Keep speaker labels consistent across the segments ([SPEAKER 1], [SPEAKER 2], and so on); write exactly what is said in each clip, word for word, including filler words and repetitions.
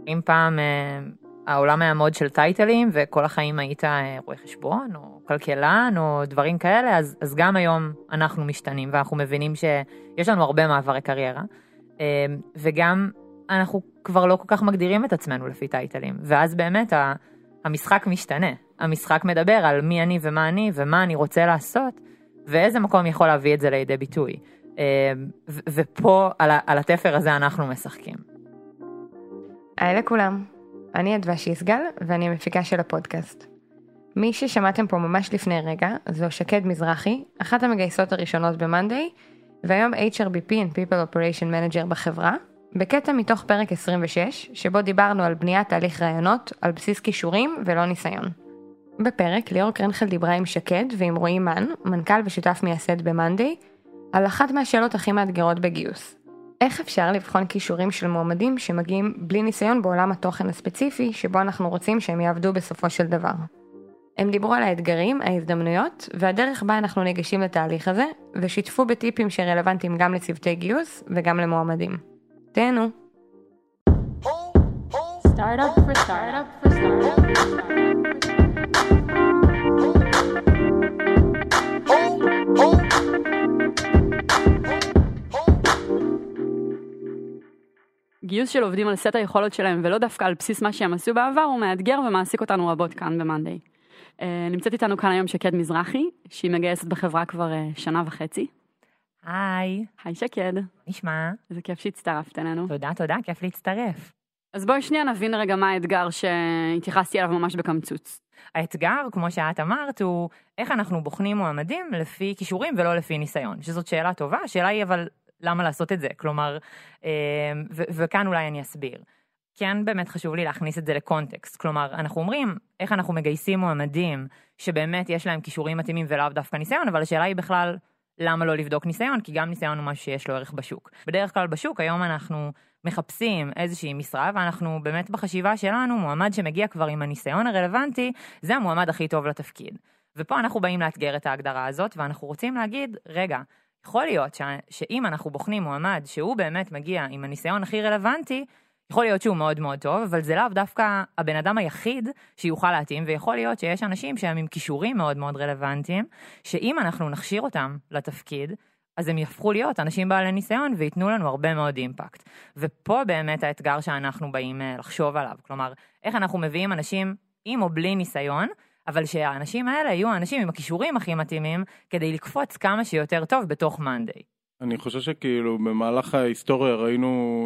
[SPEAKER 1] אם פעם העולם היה מאוד של טייטלים, וכל החיים היית רואה חשבון, או כלכלן, או דברים כאלה, אז, אז גם היום אנחנו משתנים, ואנחנו מבינים שיש לנו הרבה מעברי קריירה, וגם אנחנו כבר לא כל כך מגדירים את עצמנו לפי טייטלים, ואז באמת המשחק משתנה. המשחק מדבר על מי אני ומה אני, ומה אני רוצה לעשות, ואיזה מקום יכול להביא את זה לידי ביטוי. ופה על התפר הזה אנחנו משחקים.
[SPEAKER 2] היי לכולם, אני אדווה שיסגל ואני המפיקה של הפודקאסט. מי ששמעתם פה ממש לפני רגע זו שקד מזרחי, אחת המגייסות הראשונות ב-Monday, והיום אייץ' אר בי פי and People Operation Manager בחברה, בקטע מתוך פרק עשרים ושש, שבו דיברנו על בניית תהליך רעיונות על בסיס כישורים ולא ניסיון. בפרק ליאור קרנחל דיברה עם שקד ועם רועי מן, מנכ"ל ושותף מייסד ב-Monday, על אחת מהשאלות הכי מאתגרות בגיוס. איך אפשר לבחון כישורים של מועמדים שמגיעים בלי ניסיון בעולם התוכן הספציפי שבו אנחנו רוצים שהם יעבדו בסופו של דבר? הם דיברו על האתגרים, ההזדמנויות והדרך בה אנחנו ניגשים לתהליך הזה, ושיתפו בטיפים שרלוונטיים גם לצוותי גיוס וגם למועמדים. תהנו. Startup for startup for startup.
[SPEAKER 3] גיוס של עובדים על סט היכולות שלהם ולא דווקא על בסיס מה שהם עשו בעבר הוא מאתגר ומעסיק אותנו רבות כאן ב-Monday. Uh, נמצאת איתנו כאן היום שקד מזרחי, שהיא מגייסת בחברה כבר uh, שנה וחצי.
[SPEAKER 1] היי.
[SPEAKER 3] היי שקד.
[SPEAKER 1] נשמע.
[SPEAKER 3] זה כיף שהצטרפת אלינו.
[SPEAKER 1] תודה, תודה, כיף להצטרף.
[SPEAKER 3] אז בואי שנייה נבין רגע מה האתגר שהתייחסתי אליו ממש בקמצוץ.
[SPEAKER 1] האתגר, כמו שאת אמרת, הוא איך אנחנו בוחנים מועמדים לפי כישורים ולא לפי ניסיון, שזאת שאלה טובה. השאלה היא אבל למה לעשות את זה? כלומר, ו- וכאן אולי אני אסביר. כן, באמת חשוב לי להכניס את זה לקונטקסט. כלומר, אנחנו אומרים איך אנחנו מגייסים מועמדים שבאמת יש להם כישורים מתאימים ולאו דווקא ניסיון, אבל השאלה היא בכלל למה לא לבדוק ניסיון, כי גם ניסיון הוא משהו שיש לו ערך בשוק. בדרך כלל בשוק, היום אנחנו מחפשים איזושהי משרה, ואנחנו באמת בחשיבה שלנו, מועמד שמגיע כבר עם הניסיון הרלוונטי, זה המועמד הכי טוב לתפקיד. ופה אנחנו באים לאתגר את ההגדרה הזאת, ואנחנו רוצים להגיד, רגע, יכול להיות ש... שאם אנחנו בוחנים מועמד שהוא באמת מגיע עם הניסיון הכי רלוונטי, יכול להיות שהוא מאוד מאוד טוב, אבל זה לאו דווקא הבן אדם היחיד שיוכל להתאים, ויכול להיות שיש אנשים שהם עם כישורים מאוד מאוד רלוונטיים, שאם אנחנו נכשיר אותם לתפקיד, אז הם יהפכו להיות אנשים בעלי ניסיון, ויתנו לנו הרבה מאוד אימפקט. ופה באמת האתגר שאנחנו באים לחשוב עליו. כלומר, איך אנחנו מביאים אנשים עם או בלי ניסיון, אבל שהאנשים האלה יהיו האנשים עם הכישורים הכי מתאימים, כדי לקפוץ כמה שיותר טוב בתוך Monday.
[SPEAKER 4] אני חושב שכאילו במהלך ההיסטוריה ראינו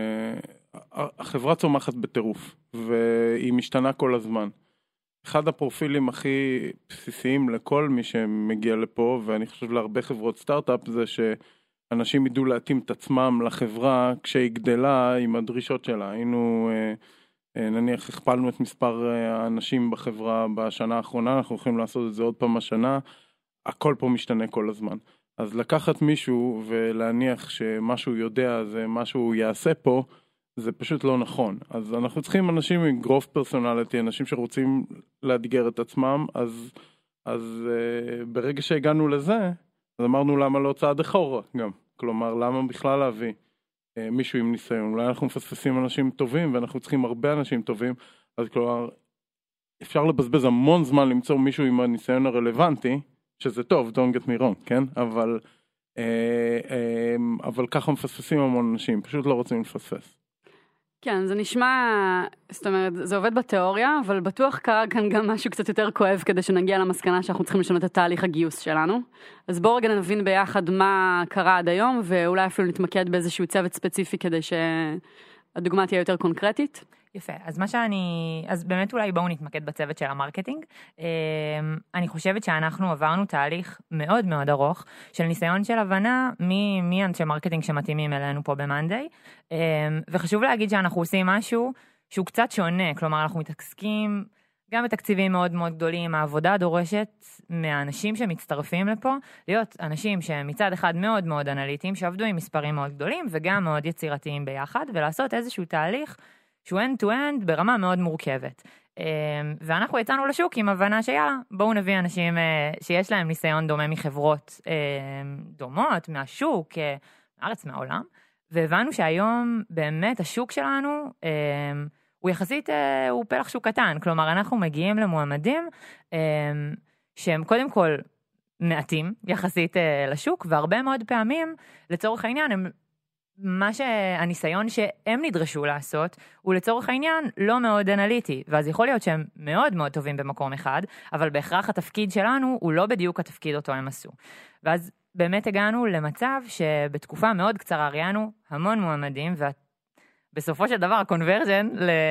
[SPEAKER 4] שהחברה צומחת בטירוף, והיא משתנה כל הזמן. אחד הפרופילים הכי בסיסיים לכל מי שמגיע לפה, ואני חושב להרבה חברות סטארט-אפ, זה שאנשים ידעו להתאים את עצמם לחברה כשהיא גדלה עם הדרישות שלה. היינו, נניח, הכפלנו את מספר האנשים בחברה בשנה האחרונה, אנחנו יכולים לעשות את זה עוד פעם השנה, הכל פה משתנה כל הזמן. אז לקחת מישהו ולהניח שמשהו יודע זה משהו יעשה פה, זה פשוט לא נכון. אז אנחנו צריכים אנשים עם גרוף פרסונליטי, אנשים שרוצים לאתגר את עצמם, אז, אז uh, ברגע שהגענו לזה, אז אמרנו למה לא צעד אחורה גם. כלומר, למה בכלל להביא uh, מישהו עם ניסיון? אולי אנחנו מפספסים אנשים טובים, ואנחנו צריכים הרבה אנשים טובים, אז כלומר, אפשר לבזבז המון זמן למצוא מישהו עם הניסיון הרלוונטי, שזה טוב, don't get me wrong, כן? אבל, אה, אה, אבל ככה מפספסים המון אנשים, פשוט לא רוצים לפספס.
[SPEAKER 3] כן, זה נשמע, זאת אומרת, זה עובד בתיאוריה, אבל בטוח קרה כאן גם משהו קצת יותר כואב, כדי שנגיע למסקנה שאנחנו צריכים לשנות את תהליך הגיוס שלנו. אז בואו רגע נבין ביחד מה קרה עד היום, ואולי אפילו נתמקד באיזשהו צוות ספציפי, כדי שהדוגמה תהיה יותר קונקרטית.
[SPEAKER 1] יפה, אז מה שאני, אז באמת אולי בואו נתמקד בצוות של המרקטינג. אני חושבת שאנחנו עברנו תהליך מאוד מאוד ארוך של ניסיון של הבנה מי, מי אנשי מרקטינג שמתאימים אלינו פה ב-Monday, וחשוב להגיד שאנחנו עושים משהו שהוא קצת שונה, כלומר אנחנו מתעסקים גם בתקציבים מאוד מאוד גדולים. העבודה דורשת מהאנשים שמצטרפים לפה להיות אנשים שמצד אחד מאוד מאוד אנליטיים, שעבדו עם מספרים מאוד גדולים וגם מאוד יצירתיים ביחד, ולעשות איזשהו תהליך שהוא end-to-end ברמה מאוד מורכבת. ואנחנו יצאנו לשוק עם הבנה שיאללה, בואו נביא אנשים שיש להם ניסיון דומה מחברות דומות, מהשוק, מהארץ, מהעולם, והבנו שהיום באמת השוק שלנו הוא יחסית, הוא פלח שהוא קטן, כלומר אנחנו מגיעים למועמדים שהם קודם כל מעטים יחסית לשוק, והרבה מאוד פעמים לצורך העניין הם מה שהניסיון שהם נדרשו לעשות, הוא לצורך העניין לא מאוד אנליטי, ואז יכול להיות שהם מאוד מאוד טובים במקום אחד, אבל בהכרח התפקיד שלנו הוא לא בדיוק התפקיד אותו הם עשו. ואז באמת הגענו למצב שבתקופה מאוד קצרה ראינו המון מועמדים, ובסופו של דבר הקונברג'ן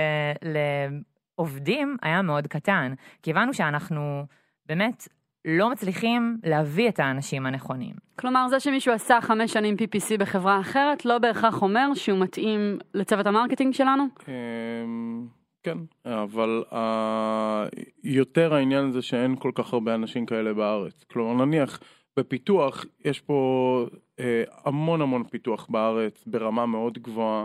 [SPEAKER 1] לעובדים היה מאוד קטן, כי הבנו שאנחנו באמת לא מצליחים להביא את האנשים הנכונים.
[SPEAKER 3] כלומר, זה שמישהו עשה חמש שנים פי פי סי בחברה אחרת, לא בהכרח אומר שהוא מתאים לצוות המרקטינג שלנו?
[SPEAKER 4] כן, אבל יותר העניין זה שאין כל כך הרבה אנשים כאלה בארץ. כלומר, נניח, בפיתוח, יש פה המון המון פיתוח בארץ, ברמה מאוד גבוהה,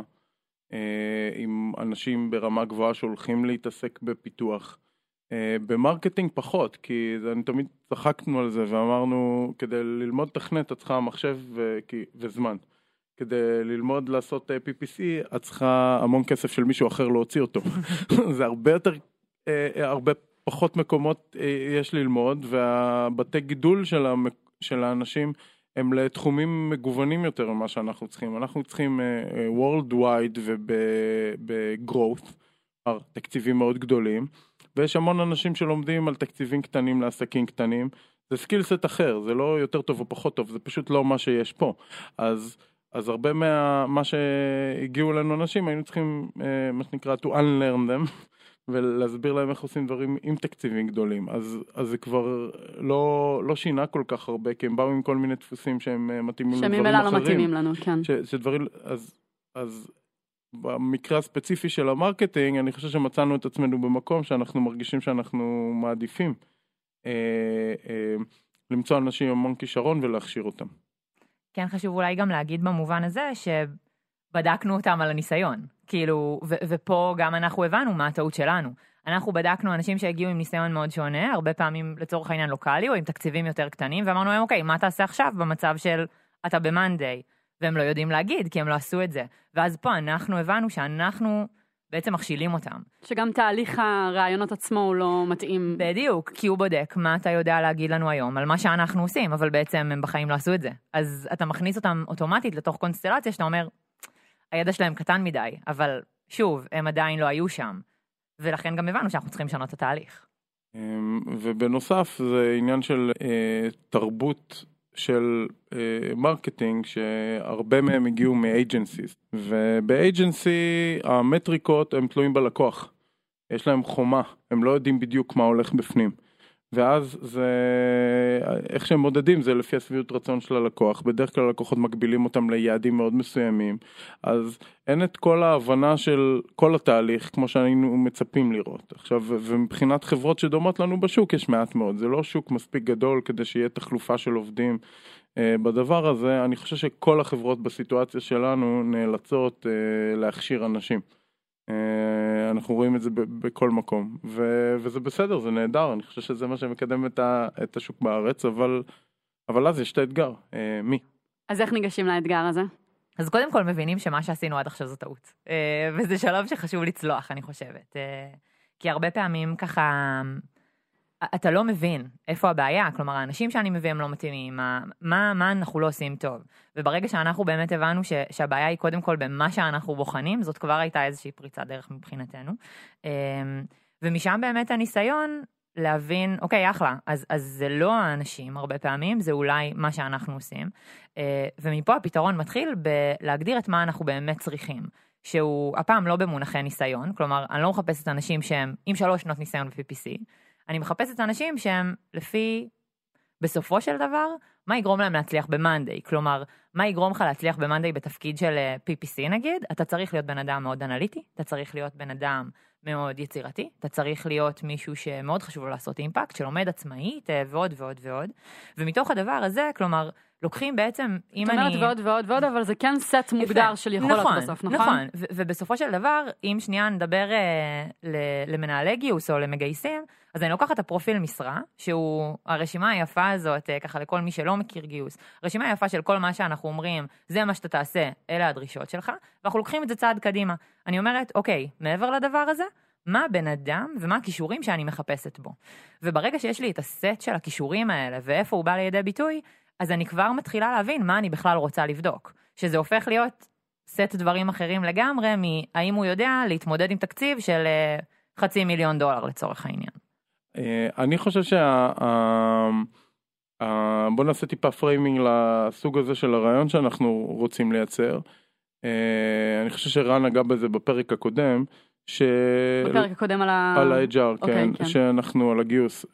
[SPEAKER 4] עם אנשים ברמה גבוהה שהולכים להתעסק בפיתוח. במרקטינג פחות, כי אני תמיד צחקנו על זה ואמרנו, כדי ללמוד תכנת את צריכה מחשב וזמן. כדי ללמוד לעשות פי פי סי, את צריכה המון כסף של מישהו אחר להוציא אותו. זה הרבה יותר, הרבה פחות מקומות יש ללמוד, והבתי גידול של, המק... של האנשים הם לתחומים מגוונים יותר ממה שאנחנו צריכים. אנחנו צריכים worldwide וב-growth, תקציבים מאוד גדולים, ויש המון אנשים שלומדים על תקציבים קטנים לעסקים קטנים. זה סקילסט אחר, זה לא יותר טוב או פחות טוב, זה פשוט לא מה שיש פה. אז, אז הרבה מה, מה שהגיעו לנו אנשים, היינו צריכים, מה שנקרא, to unlearn them, ולהסביר להם איך עושים דברים עם תקציבים גדולים. אז, אז זה כבר לא, לא שינה כל כך הרבה, כי הם באו עם כל מיני דפוסים שהם מתאימים לדברים אחרים.
[SPEAKER 3] שממילא לא מתאימים לנו, כן.
[SPEAKER 4] ש, שדברים, אז, אז, במקרה הספציפי של המרקטינג, אני חושב שמצאנו את עצמנו במקום שאנחנו מרגישים שאנחנו מעדיפים אה, אה, למצוא אנשים עם המון כישרון ולהכשיר אותם.
[SPEAKER 1] כן, חשוב אולי גם להגיד במובן הזה שבדקנו אותם על הניסיון. כאילו, ו- ופה גם אנחנו הבנו מה הטעות שלנו. אנחנו בדקנו אנשים שהגיעו עם ניסיון מאוד שונה, הרבה פעמים לצורך העניין לוקלי או עם תקציבים יותר קטנים, ואמרנו להם, אוקיי, מה תעשה עכשיו במצב של אתה במנדי? והם לא יודעים להגיד, כי הם לא עשו את זה. ואז פה אנחנו הבנו שאנחנו בעצם מכשילים אותם.
[SPEAKER 3] שגם תהליך הרעיונות עצמו הוא לא מתאים.
[SPEAKER 1] בדיוק, כי הוא בודק מה אתה יודע להגיד לנו היום, על מה שאנחנו עושים, אבל בעצם הם בחיים לא עשו את זה. אז אתה מכניס אותם אוטומטית לתוך קונסטלציה, שאתה אומר, הידע שלהם קטן מדי, אבל שוב, הם עדיין לא היו שם. ולכן גם הבנו שאנחנו צריכים לשנות את התהליך.
[SPEAKER 4] ובנוסף, זה עניין של אה, תרבות, של מרקטינג, uh, שהרבה מהם הגיעו מאג'נסיס, ובאג'נסי המטריקות הם תלויים בלקוח, יש להם חומה, הם לא יודעים בדיוק מה הולך בפנים, ואז זה, איך שהם מודדים זה לפי הסביבות רצון של הלקוח, בדרך כלל הלקוחות מגבילים אותם ליעדים מאוד מסוימים, אז אין את כל ההבנה של כל התהליך כמו שהיינו מצפים לראות. עכשיו, ומבחינת חברות שדומות לנו בשוק יש מעט מאוד, זה לא שוק מספיק גדול כדי שיהיה תחלופה של עובדים בדבר הזה. אני חושב שכל החברות בסיטואציה שלנו נאלצות להכשיר אנשים. אנחנו רואים את זה בכל מקום, וזה בסדר, זה נהדר, אני חושב שזה מה שמקדם את השוק בארץ, אבל, אבל אז יש את האתגר, מי?
[SPEAKER 3] אז איך ניגשים לאתגר הזה?
[SPEAKER 1] אז קודם כל מבינים שמה שעשינו עד עכשיו זו טעות, וזה שלב שחשוב לצלוח, אני חושבת, כי הרבה פעמים ככה, אתה לא מבין איפה הבעיה, כלומר האנשים שאני מביא הם לא מתאימים, מה, מה, מה אנחנו לא עושים טוב, וברגע שאנחנו באמת הבנו ש, שהבעיה היא קודם כל במה שאנחנו בוחנים, זאת כבר הייתה איזושהי פריצת דרך מבחינתנו, ומשם באמת הניסיון להבין, אוקיי, אחלה, אז, אז זה לא האנשים הרבה פעמים, זה אולי מה שאנחנו עושים, ומפה הפתרון מתחיל בלהגדיר את מה אנחנו באמת צריכים, שהוא הפעם לא במונחי ניסיון, כלומר אני לא מחפשת אנשים שהם עם שלוש שנות ניסיון ב-פי פי סי, אני מחפשת אנשים שהם לפי, בסופו של דבר, מה יגרום להם להצליח במנדי? כלומר, מה יגרום לך להצליח במנדי בתפקיד של פי פי סי נגיד? אתה צריך להיות בן אדם מאוד אנליטי, אתה צריך להיות בן אדם מאוד יצירתי, אתה צריך להיות מישהו שמאוד חשוב לו לעשות אימפקט, שלומד עצמאית ועוד ועוד ועוד. ומתוך הדבר הזה, כלומר, לוקחים בעצם, אם אני...
[SPEAKER 3] זאת אומרת ועוד ועוד ועוד, אבל זה כן סט מוגדר של יכולת
[SPEAKER 1] נכון,
[SPEAKER 3] בסוף, נכון?
[SPEAKER 1] נכון, ו- ובסופו של דבר, אם שנייה נדבר uh, למנהלי גיוס או למגייסים, אז אני לוקחת את הפרופיל משרה, שהוא הרשימה היפה הזאת, ככה לכל מי שלא מכיר גיוס, הרשימה היפה של כל מה שאנחנו אומרים, זה מה שאתה תעשה, אלה הדרישות שלך, ואנחנו לוקחים את זה צעד קדימה. אני אומרת, אוקיי, מעבר לדבר הזה, מה בן אדם ומה הכישורים שאני מחפשת בו. וברגע שיש לי את הסט של הכישורים האלה, ואיפה הוא בא לידי ביטוי, אז אני כבר מתחילה להבין מה אני בכלל רוצה לבדוק. שזה הופך להיות סט דברים אחרים לגמרי, מהאם הוא יודע להתמודד עם תקציב של חצי מיליון דולר לצורך העניין.
[SPEAKER 4] אני חושב שה... בוא נעשה טיפה פריימינג לסוג הזה של הרעיון שאנחנו רוצים לייצר. אני חושב שרן נגע בזה בפרק הקודם, ש...
[SPEAKER 3] בפרק הקודם על ה...
[SPEAKER 4] על ה-אייץ' אר,
[SPEAKER 3] okay,
[SPEAKER 4] כן,
[SPEAKER 3] כן,
[SPEAKER 4] שאנחנו על הגיוס,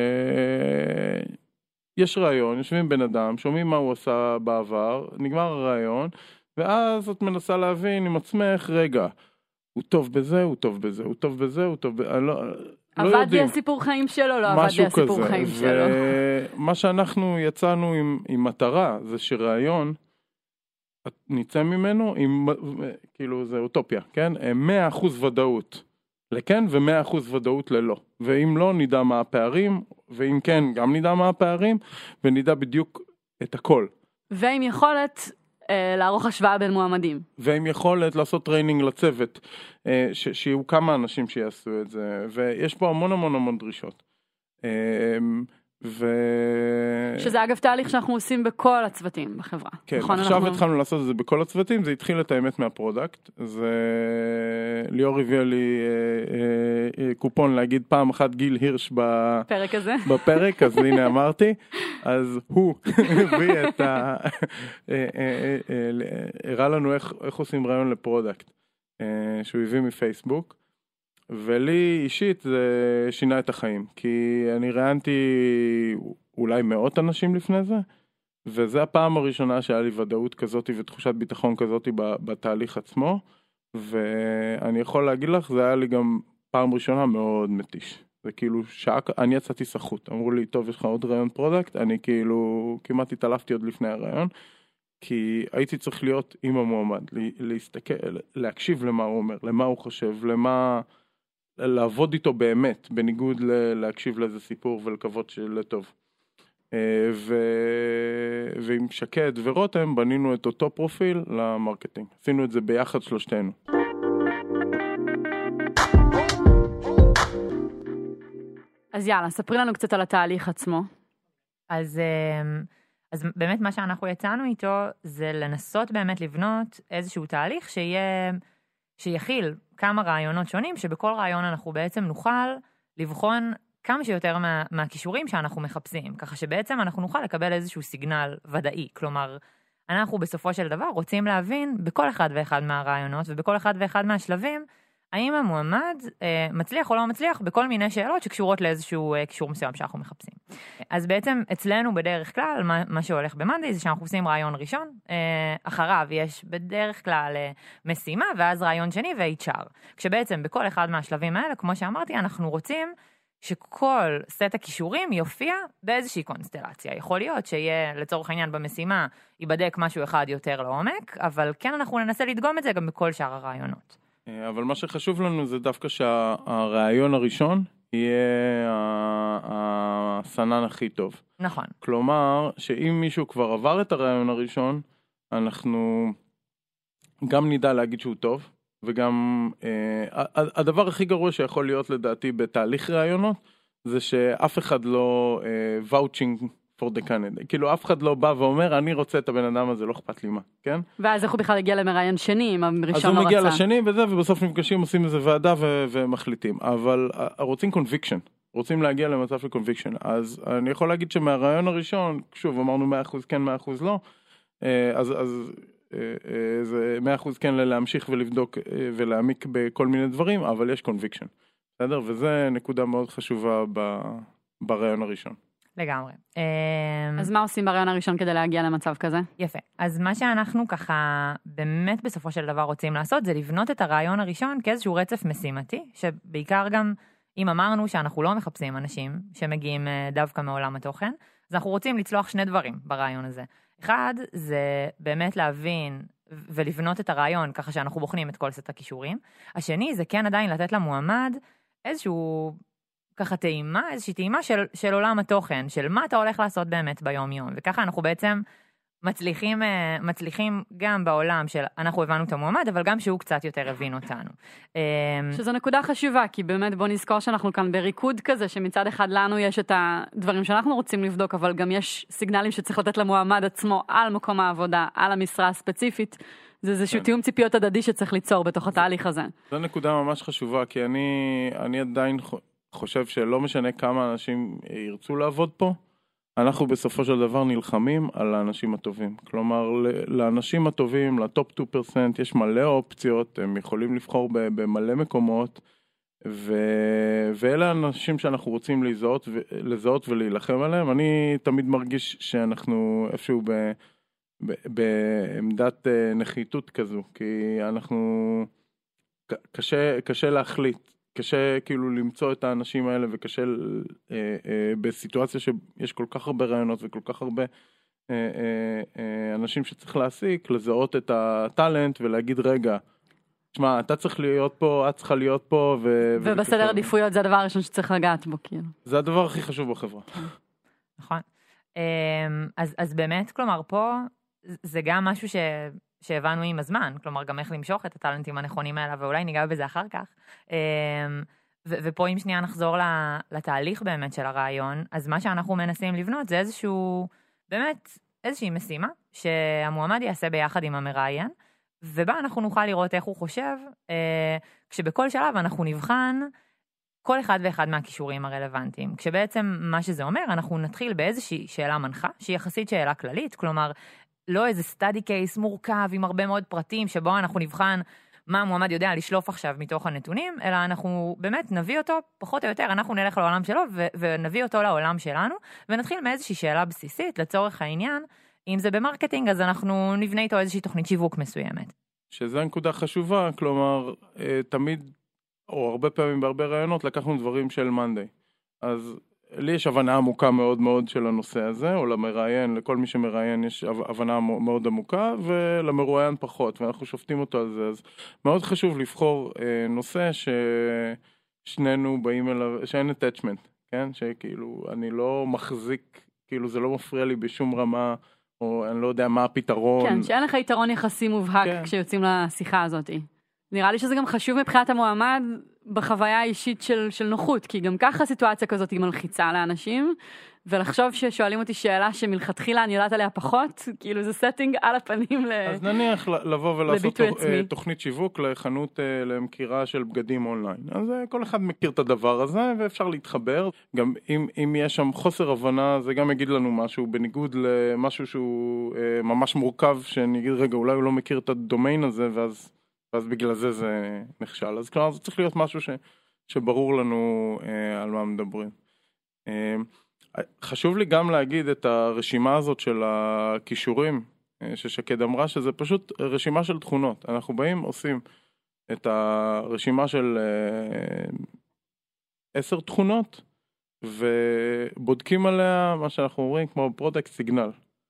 [SPEAKER 4] שיש רעיון, יושבים בן אדם, שומעים מה הוא עשה בעבר, נגמר הרעיון, ואז את מנסה להבין עם עצמך, רגע, הוא טוב בזה, הוא טוב בזה, הוא טוב בזה, הוא טוב בזה, לא, לא
[SPEAKER 3] עבד לי הסיפור חיים שלו, לא עבד לי הסיפור
[SPEAKER 4] כזה.
[SPEAKER 3] חיים שלו.
[SPEAKER 4] ומה שאנחנו יצאנו עם, עם מטרה, זה שרעיון, ניצא ממנו עם, כאילו זה אוטופיה, כן? מאה אחוז ודאות לכן ו-מאה אחוז ודאות ללא. ואם לא, נדע מה הפערים, ואם כן, גם נדע מה הפערים, ונדע בדיוק את הכל.
[SPEAKER 3] ועם יכולת אה, לערוך השוואה בין מועמדים.
[SPEAKER 4] ועם יכולת לעשות טריינינג לצוות, אה, ש- שיהיו כמה אנשים שיעשו את זה, ויש פה המון המון המון דרישות. אה, ו...
[SPEAKER 3] שזה אגב תהליך שאנחנו עושים בכל הצוותים בחברה.
[SPEAKER 4] כן,
[SPEAKER 3] נכון,
[SPEAKER 4] עכשיו
[SPEAKER 3] אנחנו...
[SPEAKER 4] התחלנו לעשות את זה בכל הצוותים, זה התחיל את האמת מהפרודקט, זה ליאור הביא לי אה, אה, קופון להגיד פעם אחת גיל הירש
[SPEAKER 3] בפרק הזה,
[SPEAKER 4] בפרק, אז הנה אמרתי, אז הוא הביא את ה... הראה לנו איך, איך עושים רעיון לפרודקט, אה, שהוא הביא מפייסבוק, ולי אישית זה שינה את החיים, כי אני ראיינתי אולי מאות אנשים לפני זה, וזה הפעם הראשונה שהיה לי ודאות כזאת ותחושת ביטחון כזאת בתהליך עצמו, ואני יכול להגיד לך, זה היה לי גם פעם ראשונה מאוד מתיש. זה כאילו שעה, אני יצאתי סחוט, אמרו לי, טוב, יש לך עוד רעיון פרודקט, אני כאילו כמעט התעלפתי עוד לפני הרעיון, כי הייתי צריך להיות עם המועמד, להסתכל, להקשיב למה הוא אומר, למה הוא חושב, למה... לעבוד איתו באמת, בניגוד להקשיב לאיזה סיפור ולקוות שלטוב. ו... ועם שקד ורותם בנינו את אותו פרופיל למרקטינג. עשינו את זה ביחד שלושתנו.
[SPEAKER 3] אז יאללה, ספרי לנו קצת על התהליך עצמו.
[SPEAKER 1] אז, אז באמת מה שאנחנו יצאנו איתו זה לנסות באמת לבנות איזשהו תהליך שיהיה, שיכיל כמה רעיונות שונים, שבכל רעיון אנחנו בעצם נוכל לבחון כמה שיותר מה, מהכישורים שאנחנו מחפשים, ככה שבעצם אנחנו נוכל לקבל איזשהו סיגנל ודאי. כלומר, אנחנו בסופו של דבר רוצים להבין בכל אחד ואחד מהרעיונות ובכל אחד ואחד מהשלבים, האם המועמד אה, מצליח או לא מצליח בכל מיני שאלות שקשורות לאיזשהו אה, קישור מסוים שאנחנו מחפשים. אז בעצם אצלנו בדרך כלל, מה, מה שהולך במאנדי זה שאנחנו עושים רעיון ראשון, אה, אחריו יש בדרך כלל אה, משימה, ואז רעיון שני ו-אייץ' אר. כשבעצם בכל אחד מהשלבים האלה, כמו שאמרתי, אנחנו רוצים שכל סט הכישורים יופיע באיזושהי קונסטלציה. יכול להיות שיהיה לצורך העניין במשימה, ייבדק משהו אחד יותר לעומק, אבל כן אנחנו ננסה לדגום את זה גם בכל שאר הרעיונות.
[SPEAKER 4] אבל מה שחשוב לנו זה דווקא שהרעיון הראשון יהיה הסנן הכי טוב.
[SPEAKER 1] נכון.
[SPEAKER 4] כלומר, שאם מישהו כבר עבר את הרעיון הראשון, אנחנו גם נדע להגיד שהוא טוב, וגם אה, הדבר הכי גרוע שיכול להיות לדעתי בתהליך רעיונות, זה שאף אחד לא אה, vouching for the candidate. כאילו אף אחד לא בא ואומר, אני רוצה את הבן אדם הזה, לא אכפת לי מה, כן?
[SPEAKER 3] ואז איך הוא בכלל הגיע למראיין שני, אם הראשון לא רצה.
[SPEAKER 4] אז הוא מגיע לשני וזה, ובסוף נפגשים, עושים איזה ועדה ו- ומחליטים. אבל רוצים conviction, רוצים להגיע למצב של conviction. אז אני יכול להגיד שמהרעיון הראשון, שוב, אמרנו מאה אחוז כן, מאה אחוז לא, אז, אז זה מאה אחוז כן להמשיך ולבדוק ולהעמיק בכל מיני דברים, אבל יש conviction. בסדר? וזה נקודה מאוד חשובה ברעיון הראשון.
[SPEAKER 1] לגמרי.
[SPEAKER 3] אז מה עושים ברעיון הראשון כדי להגיע למצב כזה?
[SPEAKER 1] יפה. אז מה שאנחנו ככה באמת בסופו של דבר רוצים לעשות, זה לבנות את הרעיון הראשון כאיזשהו רצף משימתי, שבעיקר גם אם אמרנו שאנחנו לא מחפשים אנשים שמגיעים דווקא מעולם התוכן, אז אנחנו רוצים לצלוח שני דברים ברעיון הזה. אחד, זה באמת להבין ולבנות את הרעיון ככה שאנחנו בוחנים את כל סט הכישורים. השני, זה כן עדיין לתת למועמד איזשהו ככה טעימה, איזושהי טעימה של, של עולם התוכן, של מה אתה הולך לעשות באמת ביום יום, וככה אנחנו בעצם מצליחים, מצליחים גם בעולם של אנחנו הבנו את המועמד, אבל גם שהוא קצת יותר הבין אותנו.
[SPEAKER 3] שזו נקודה חשובה, כי באמת בוא נזכור שאנחנו כאן בריקוד כזה, שמצד אחד לנו יש את הדברים שאנחנו רוצים לבדוק, אבל גם יש סיגנלים שצריך לתת למועמד עצמו על מקום העבודה, על המשרה הספציפית. זה איזשהו תיאום ציפיות הדדי שצריך ליצור בתוך התהליך הזה.
[SPEAKER 4] זו נקודה ממש חשובה, כי אני, אני עדיין חושב שלא משנה כמה אנשים ירצו לעבוד פה, אנחנו בסופו של דבר נלחמים על האנשים הטובים. כלומר, לאנשים הטובים, לטופ שתיים פרסנט, יש מלא אופציות, הם יכולים לבחור במלא מקומות, ו... ואלה האנשים שאנחנו רוצים לזהות, ו... לזהות ולהילחם עליהם. אני תמיד מרגיש שאנחנו איפשהו ב... ב... בעמדת נחיתות כזו, כי אנחנו... קשה, קשה להחליט. קשה כאילו למצוא את האנשים האלה, וקשה אה, אה, בסיטואציה שיש כל כך הרבה רעיונות וכל כך הרבה אה, אה, אה, אנשים שצריך להסיק, לזהות את הטלנט ולהגיד רגע, תשמע, אתה צריך להיות פה, את צריכה להיות פה. ו-
[SPEAKER 3] ובסדר עדיפויות זה הדבר הראשון שצריך לגעת בו, כאילו.
[SPEAKER 4] זה הדבר הכי חשוב בחברה.
[SPEAKER 1] נכון. אז, אז באמת, כלומר, פה זה גם משהו ש... שהבנו עם הזמן, כלומר גם איך למשוך את הטלנטים הנכונים האלה, ואולי ניגע בזה אחר כך. ו- ופה אם שנייה נחזור לתהליך באמת של הרעיון, אז מה שאנחנו מנסים לבנות זה איזשהו, באמת איזושהי משימה, שהמועמד יעשה ביחד עם המראיין, ובה אנחנו נוכל לראות איך הוא חושב, כשבכל שלב אנחנו נבחן כל אחד ואחד מהכישורים הרלוונטיים. כשבעצם מה שזה אומר, אנחנו נתחיל באיזושהי שאלה מנחה, שהיא יחסית שאלה כללית, כלומר, לא איזה סטאדי קייס מורכב עם הרבה מאוד פרטים, שבו אנחנו נבחן מה המועמד יודע לשלוף עכשיו מתוך הנתונים, אלא אנחנו באמת נביא אותו, פחות או יותר, אנחנו נלך לעולם שלו, ו- ונביא אותו לעולם שלנו, ונתחיל מאיזושהי שאלה בסיסית, לצורך העניין, אם זה במרקטינג, אז אנחנו נבנה איתו איזושהי תוכנית שיווק מסוימת.
[SPEAKER 4] שזו נקודה חשובה, כלומר, תמיד, או הרבה פעמים בהרבה רעיונות, לקחנו דברים של מנדי. אז לי יש הבנה עמוקה מאוד מאוד של הנושא הזה, או למראיין, לכל מי שמראיין יש הבנה מאוד עמוקה, ולמרואיין פחות, ואנחנו שופטים אותו על זה. אז מאוד חשוב לבחור אה, נושא ששנינו באים אליו, שאין attachment, כן? שכאילו אני לא מחזיק, כאילו זה לא מפריע לי בשום רמה, או אני לא יודע מה הפתרון.
[SPEAKER 3] כן, שאין לך יתרון יחסי מובהק כן. כשיוצאים לשיחה הזאת. נראה לי שזה גם חשוב מבחינת המועמד בחוויה האישית של, של נוחות, כי גם ככה סיטואציה כזאת היא מלחיצה לאנשים, ולחשוב ששואלים אותי שאלה שמלכתחילה אני יודעת עליה פחות, כאילו זה סטינג על הפנים ל...
[SPEAKER 4] אז נניח לבוא ולעשות תוך, תוכנית שיווק לחנות למכירה של בגדים אונליין. אז כל אחד מכיר את הדבר הזה ואפשר להתחבר. גם אם, אם יש שם חוסר הבנה, זה גם יגיד לנו משהו, בניגוד למשהו שהוא ממש מורכב, שאני אגיד רגע, אולי הוא לא מכיר את הדומיין הזה, ואז... ואז בגלל זה זה נכשל. אז כלומר, זה צריך להיות משהו ש, שברור לנו אה, על מה מדברים. אה, חשוב לי גם להגיד את הרשימה הזאת של הכישורים, אה, ששקד אמרה, שזה פשוט רשימה של תכונות. אנחנו באים, עושים את הרשימה של אה, עשר תכונות, ובודקים עליה מה שאנחנו אומרים, כמו פרודקט סיגנל.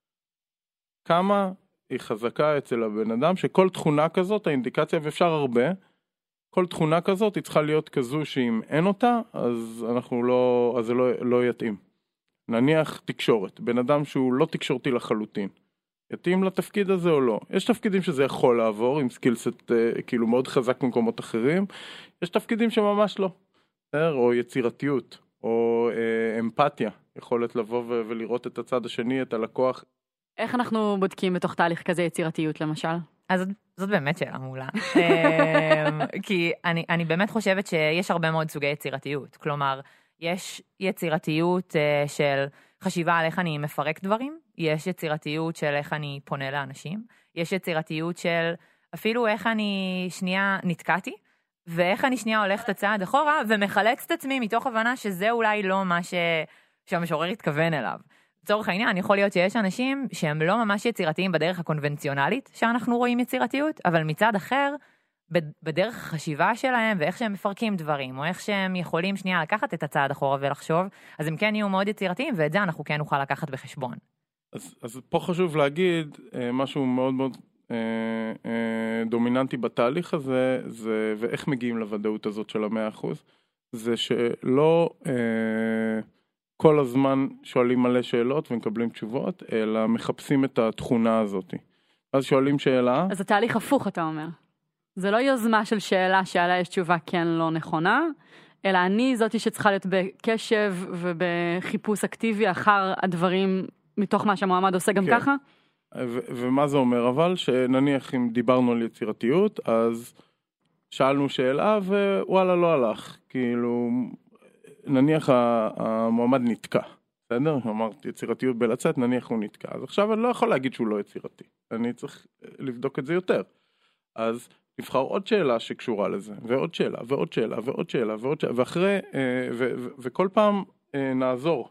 [SPEAKER 4] כמה... היא חזקה אצל הבן אדם, שכל תכונה כזאת, האינדיקציה, ואפשר הרבה, כל תכונה כזאת היא צריכה להיות כזו שאם אין אותה, אז אנחנו לא, אז זה לא, לא יתאים. נניח תקשורת, בן אדם שהוא לא תקשורתי לחלוטין, יתאים לתפקיד הזה או לא. יש תפקידים שזה יכול לעבור, עם סקילסט כאילו מאוד חזק במקומות אחרים, יש תפקידים שממש לא, או יצירתיות, או אמפתיה, יכולת לבוא ולראות את הצד השני, את הלקוח,
[SPEAKER 3] איך אנחנו בודקים בתוך תהליך כזה יצירתיות למשל?
[SPEAKER 1] אז זאת, זאת באמת שאלה מעולה. כי אני, אני באמת חושבת שיש הרבה מאוד סוגי יצירתיות. כלומר, יש יצירתיות של חשיבה על איך אני מפרק דברים, יש יצירתיות של איך אני פונה לאנשים, יש יצירתיות של אפילו איך אני שנייה נתקעתי, ואיך אני שנייה הולכת הצעד אחורה, ומחלץ את עצמי מתוך הבנה שזה אולי לא מה ש... שהמשורר התכוון אליו. לצורך העניין, יכול להיות שיש אנשים שהם לא ממש יצירתיים בדרך הקונבנציונלית שאנחנו רואים יצירתיות, אבל מצד אחר, בדרך החשיבה שלהם ואיך שהם מפרקים דברים, או איך שהם יכולים שנייה לקחת את הצעד אחורה ולחשוב, אז הם כן יהיו מאוד יצירתיים, ואת זה אנחנו כן נוכל לקחת בחשבון.
[SPEAKER 4] אז, אז פה חשוב להגיד משהו מאוד מאוד אה, אה, דומיננטי בתהליך הזה, זה, ואיך מגיעים לוודאות הזאת של המאה אחוז. זה שלא אה, כל הזמן שואלים מלא שאלות ומקבלים תשובות, אלא מחפשים את התכונה הזאת. אז שואלים שאלה.
[SPEAKER 3] אז התהליך הפוך, אתה אומר. זה לא יוזמה של שאלה שעליה יש תשובה כן לא נכונה, אלא אני זאתי שצריכה להיות בקשב ובחיפוש אקטיבי אחר הדברים מתוך מה שהמועמד עושה גם
[SPEAKER 4] כן.
[SPEAKER 3] ככה.
[SPEAKER 4] ו- ומה זה אומר? אבל שנניח אם דיברנו על יצירתיות, אז שאלנו שאלה ווואלה לא הלך. כאילו, נניח המועמד נתקע. בסדר? אמרת יצירתיות בלצאת, נניח הוא נתקע. אז עכשיו אני לא יכול להגיד שהוא לא יצירתי. אני צריך לבדוק את זה יותר. אז נבחר עוד שאלה שקשורה לזה, ועוד שאלה, ועוד שאלה, ועוד שאלה, ועוד שאלה, ואחרי, ו- ו- וכל פעם נעזור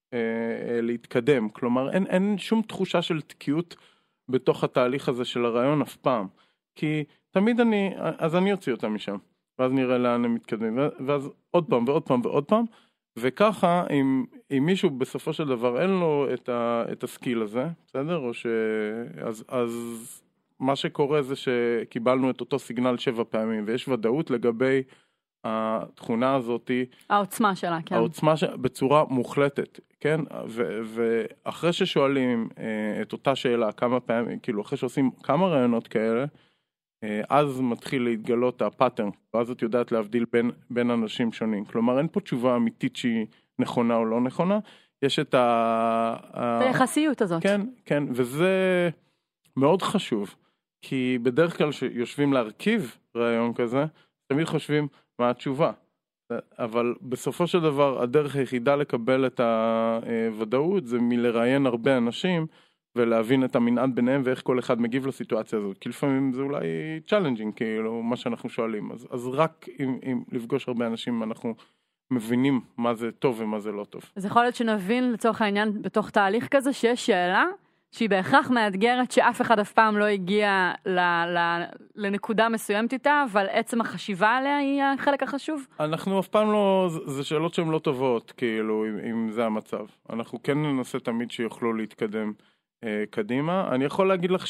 [SPEAKER 4] להתקדם. כלומר, אין, אין שום תחושה של תקיעות בתוך התהליך הזה של הרעיון אף פעם. כי תמיד אני, אז אני אוציא אותה משם. ואז נראה לאן הם מתקדמים. ואז עוד פעם ועוד פעם ועוד פעם. וככה, אם, אם מישהו בסופו של דבר אין לו את, ה, את הסקיל הזה, בסדר? או ש... אז, אז מה שקורה זה שקיבלנו את אותו סיגנל שבע פעמים, ויש ודאות לגבי התכונה הזאת.
[SPEAKER 3] העוצמה שלה, כן.
[SPEAKER 4] העוצמה שלה, בצורה מוחלטת, כן? ו, ואחרי ששואלים את אותה שאלה כמה פעמים, כאילו אחרי שעושים כמה רעיונות כאלה, אז מתחיל להתגלות הפאטרן, ואז את יודעת להבדיל בין, בין אנשים שונים. כלומר, אין פה תשובה אמיתית שהיא נכונה או לא נכונה, יש את ה...
[SPEAKER 3] את היחסיות הזאת.
[SPEAKER 4] כן, כן, וזה מאוד חשוב, כי בדרך כלל שיושבים להרכיב רעיון כזה, תמיד חושבים מה התשובה. אבל בסופו של דבר, הדרך היחידה לקבל את הוודאות, זה מלראיין הרבה אנשים, ולהבין את המנעד ביניהם ואיך כל אחד מגיב לסיטואציה הזאת. כי לפעמים זה אולי צ'אלנג'ינג, כאילו, מה שאנחנו שואלים. אז, אז רק אם, אם לפגוש הרבה אנשים, אנחנו מבינים מה זה טוב ומה זה לא טוב.
[SPEAKER 3] אז יכול להיות שנבין לצורך העניין בתוך תהליך כזה, שיש שאלה שהיא בהכרח מאתגרת, שאף אחד אף פעם לא הגיע ל, ל, לנקודה מסוימת איתה, אבל עצם החשיבה עליה היא החלק החשוב.
[SPEAKER 4] אנחנו אף פעם לא, זה שאלות שהן לא טובות, כאילו, אם, אם זה המצב. אנחנו כן ננסה תמיד שיוכלו להתקדם קדימה. אני יכול להגיד לך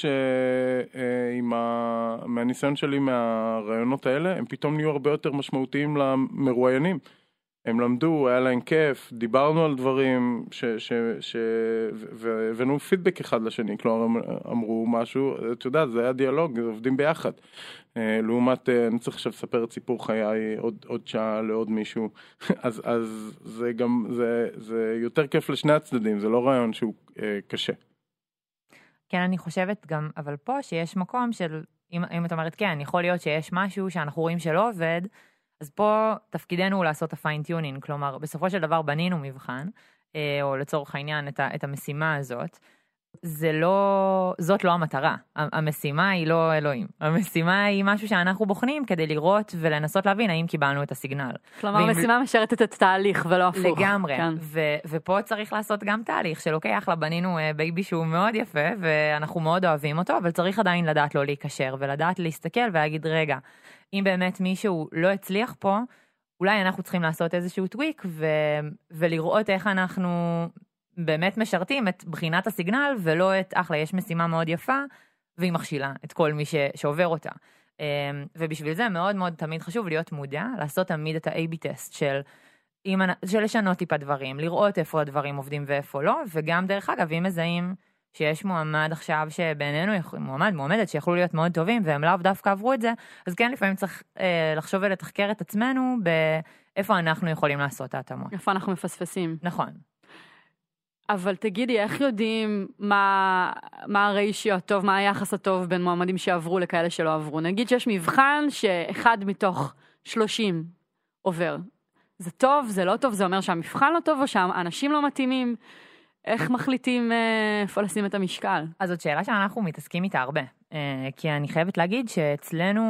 [SPEAKER 4] שעם ה... מהניסיון שלי מהרעיונות האלה, הם פתאום נהיו הרבה יותר משמעותיים למרואיינים. הם למדו, היה להם כיף, דיברנו על דברים, ש... ש... ש... והבאנו פידבק אחד לשני, כלומר הם אמרו משהו, אתה יודע, זה היה דיאלוג, עובדים ביחד. לעומת, אני צריך עכשיו לספר את סיפור חיי עוד, עוד שעה לעוד מישהו, אז, אז זה גם, זה, זה יותר כיף לשני הצדדים, זה לא רעיון שהוא קשה.
[SPEAKER 1] כן, אני חושבת גם, אבל פה שיש מקום של, אם, אם את אומרת כן, יכול להיות שיש משהו שאנחנו רואים שלא עובד, אז פה תפקידנו הוא לעשות הפיינטיונינג, כלומר, בסופו של דבר בנינו מבחן, או לצורך העניין את, ה, את המשימה הזאת, זה לא, זאת לא המטרה, המשימה היא לא אלוהים, המשימה היא משהו שאנחנו בוחנים כדי לראות ולנסות להבין האם קיבלנו את הסיגנל.
[SPEAKER 3] כלומר, המשימה משרתת את התהליך ולא הפוך.
[SPEAKER 1] לגמרי, כן. ו- ופה צריך לעשות גם תהליך שלוקח לה, בנינו בייבי שהוא מאוד יפה ואנחנו מאוד אוהבים אותו, אבל צריך עדיין לדעת לא להיקשר ולדעת להסתכל ולהגיד רגע, אם באמת מישהו לא הצליח פה, אולי אנחנו צריכים לעשות איזשהו טוויק ו- ולראות איך אנחנו באמת משרתים את בחינת הסיגנל, ולא את, אחלה, יש משימה מאוד יפה, והיא מכשילה את כל מי ש, שעובר אותה. ובשביל זה מאוד מאוד תמיד חשוב להיות מודע, לעשות תמיד את ה-איי בי טסט של, של לשנות טיפה דברים, לראות איפה הדברים עובדים ואיפה לא, וגם דרך אגב, אם מזהים שיש מועמד עכשיו שבעינינו, מועמד, מועמדת, שיכולו להיות מאוד טובים, והם לאו דווקא עברו את זה, אז כן, לפעמים צריך אה, לחשוב ולתחקר את עצמנו, באיפה אנחנו יכולים לעשות את ההתאמות.
[SPEAKER 3] איפה אנחנו מפספסים.
[SPEAKER 1] נכון.
[SPEAKER 3] אבל תגידי, איך יודעים מה, מה הריישיו הטוב, מה היחס הטוב בין מועמדים שעברו לכאלה שלא עברו? נגיד שיש מבחן שאחד מתוך שלושים עובר. זה טוב, זה לא טוב, זה אומר שהמבחן לא טוב או שהאנשים לא מתאימים. איך מחליטים איפה לשים את המשקל?
[SPEAKER 1] אז זאת שאלה שאנחנו מתעסקים איתה הרבה. כי אני חייבת להגיד שאצלנו,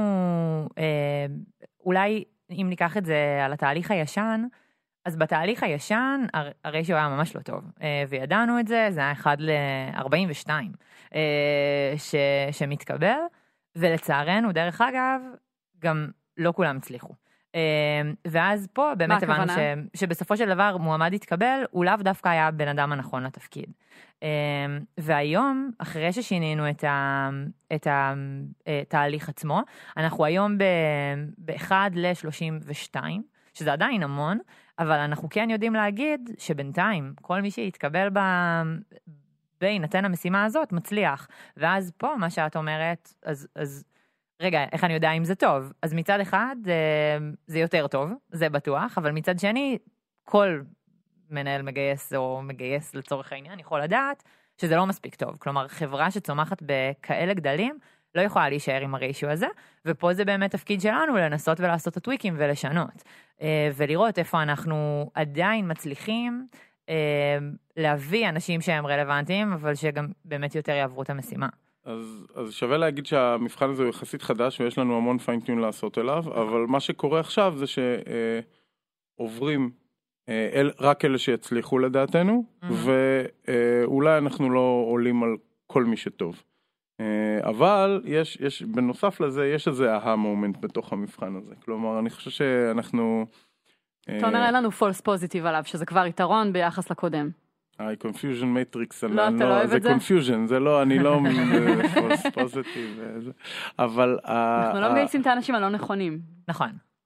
[SPEAKER 1] אולי אם ניקח את זה על התהליך הישן, אז בתהליך הישן, הרי שהוא היה ממש לא טוב, וידענו את זה, זה היה אחד ל-ארבעים ושתיים ש, שמתקבל, ולצערנו, דרך אגב, גם לא כולם הצליחו. ואז פה באמת הבנו ש, שבסופו של דבר מועמד התקבל, הוא לאו דווקא היה בן אדם הנכון לתפקיד. והיום, אחרי ששינינו את, ה, את התהליך עצמו, אנחנו היום ב-אחד ל-שלושים ושתיים, שזה עדיין המון, אבל אנחנו כן יודעים להגיד שבינתיים כל מי שיתקבל ב... בהינתן המשימה הזאת מצליח. ואז פה מה שאת אומרת, אז, אז רגע, איך אני יודע אם זה טוב? אז מצד אחד זה יותר טוב, זה בטוח, אבל מצד שני, כל מנהל מגייס או מגייס לצורך העניין יכול לדעת שזה לא מספיק טוב. כלומר, חברה שצומחת בכאלה גדלים, לא יכולה להישאר עם הריישו הזה, ופה זה באמת תפקיד שלנו לנסות ולעשות את הטוויקים ולשנות, ולראות איפה אנחנו עדיין מצליחים להביא אנשים שהם רלוונטיים, אבל שגם באמת יותר יעברו את המשימה.
[SPEAKER 4] אז, אז שווה להגיד שהמבחן הזה הוא יחסית חדש, ויש לנו המון פיינטיון לעשות אליו, אבל מה שקורה עכשיו זה שעוברים אל, רק אלה שיצליחו לדעתנו, ואולי אנחנו לא עולים על כל מי שטוב. אבל יש, יש, בנוסף לזה, יש איזה אהה מומנט בתוך המבחן הזה. כלומר, אני חושב שאנחנו...
[SPEAKER 3] אתה אומר, אין לנו false positive עליו, שזה כבר יתרון ביחס לקודם.
[SPEAKER 4] היי, confusion matrix,
[SPEAKER 3] לא, אתה לא אוהב את זה?
[SPEAKER 4] זה confusion, זה לא, אני לא false positive, אבל...
[SPEAKER 3] אנחנו לא מגייסים את האנשים הלא נכונים.
[SPEAKER 1] נכון.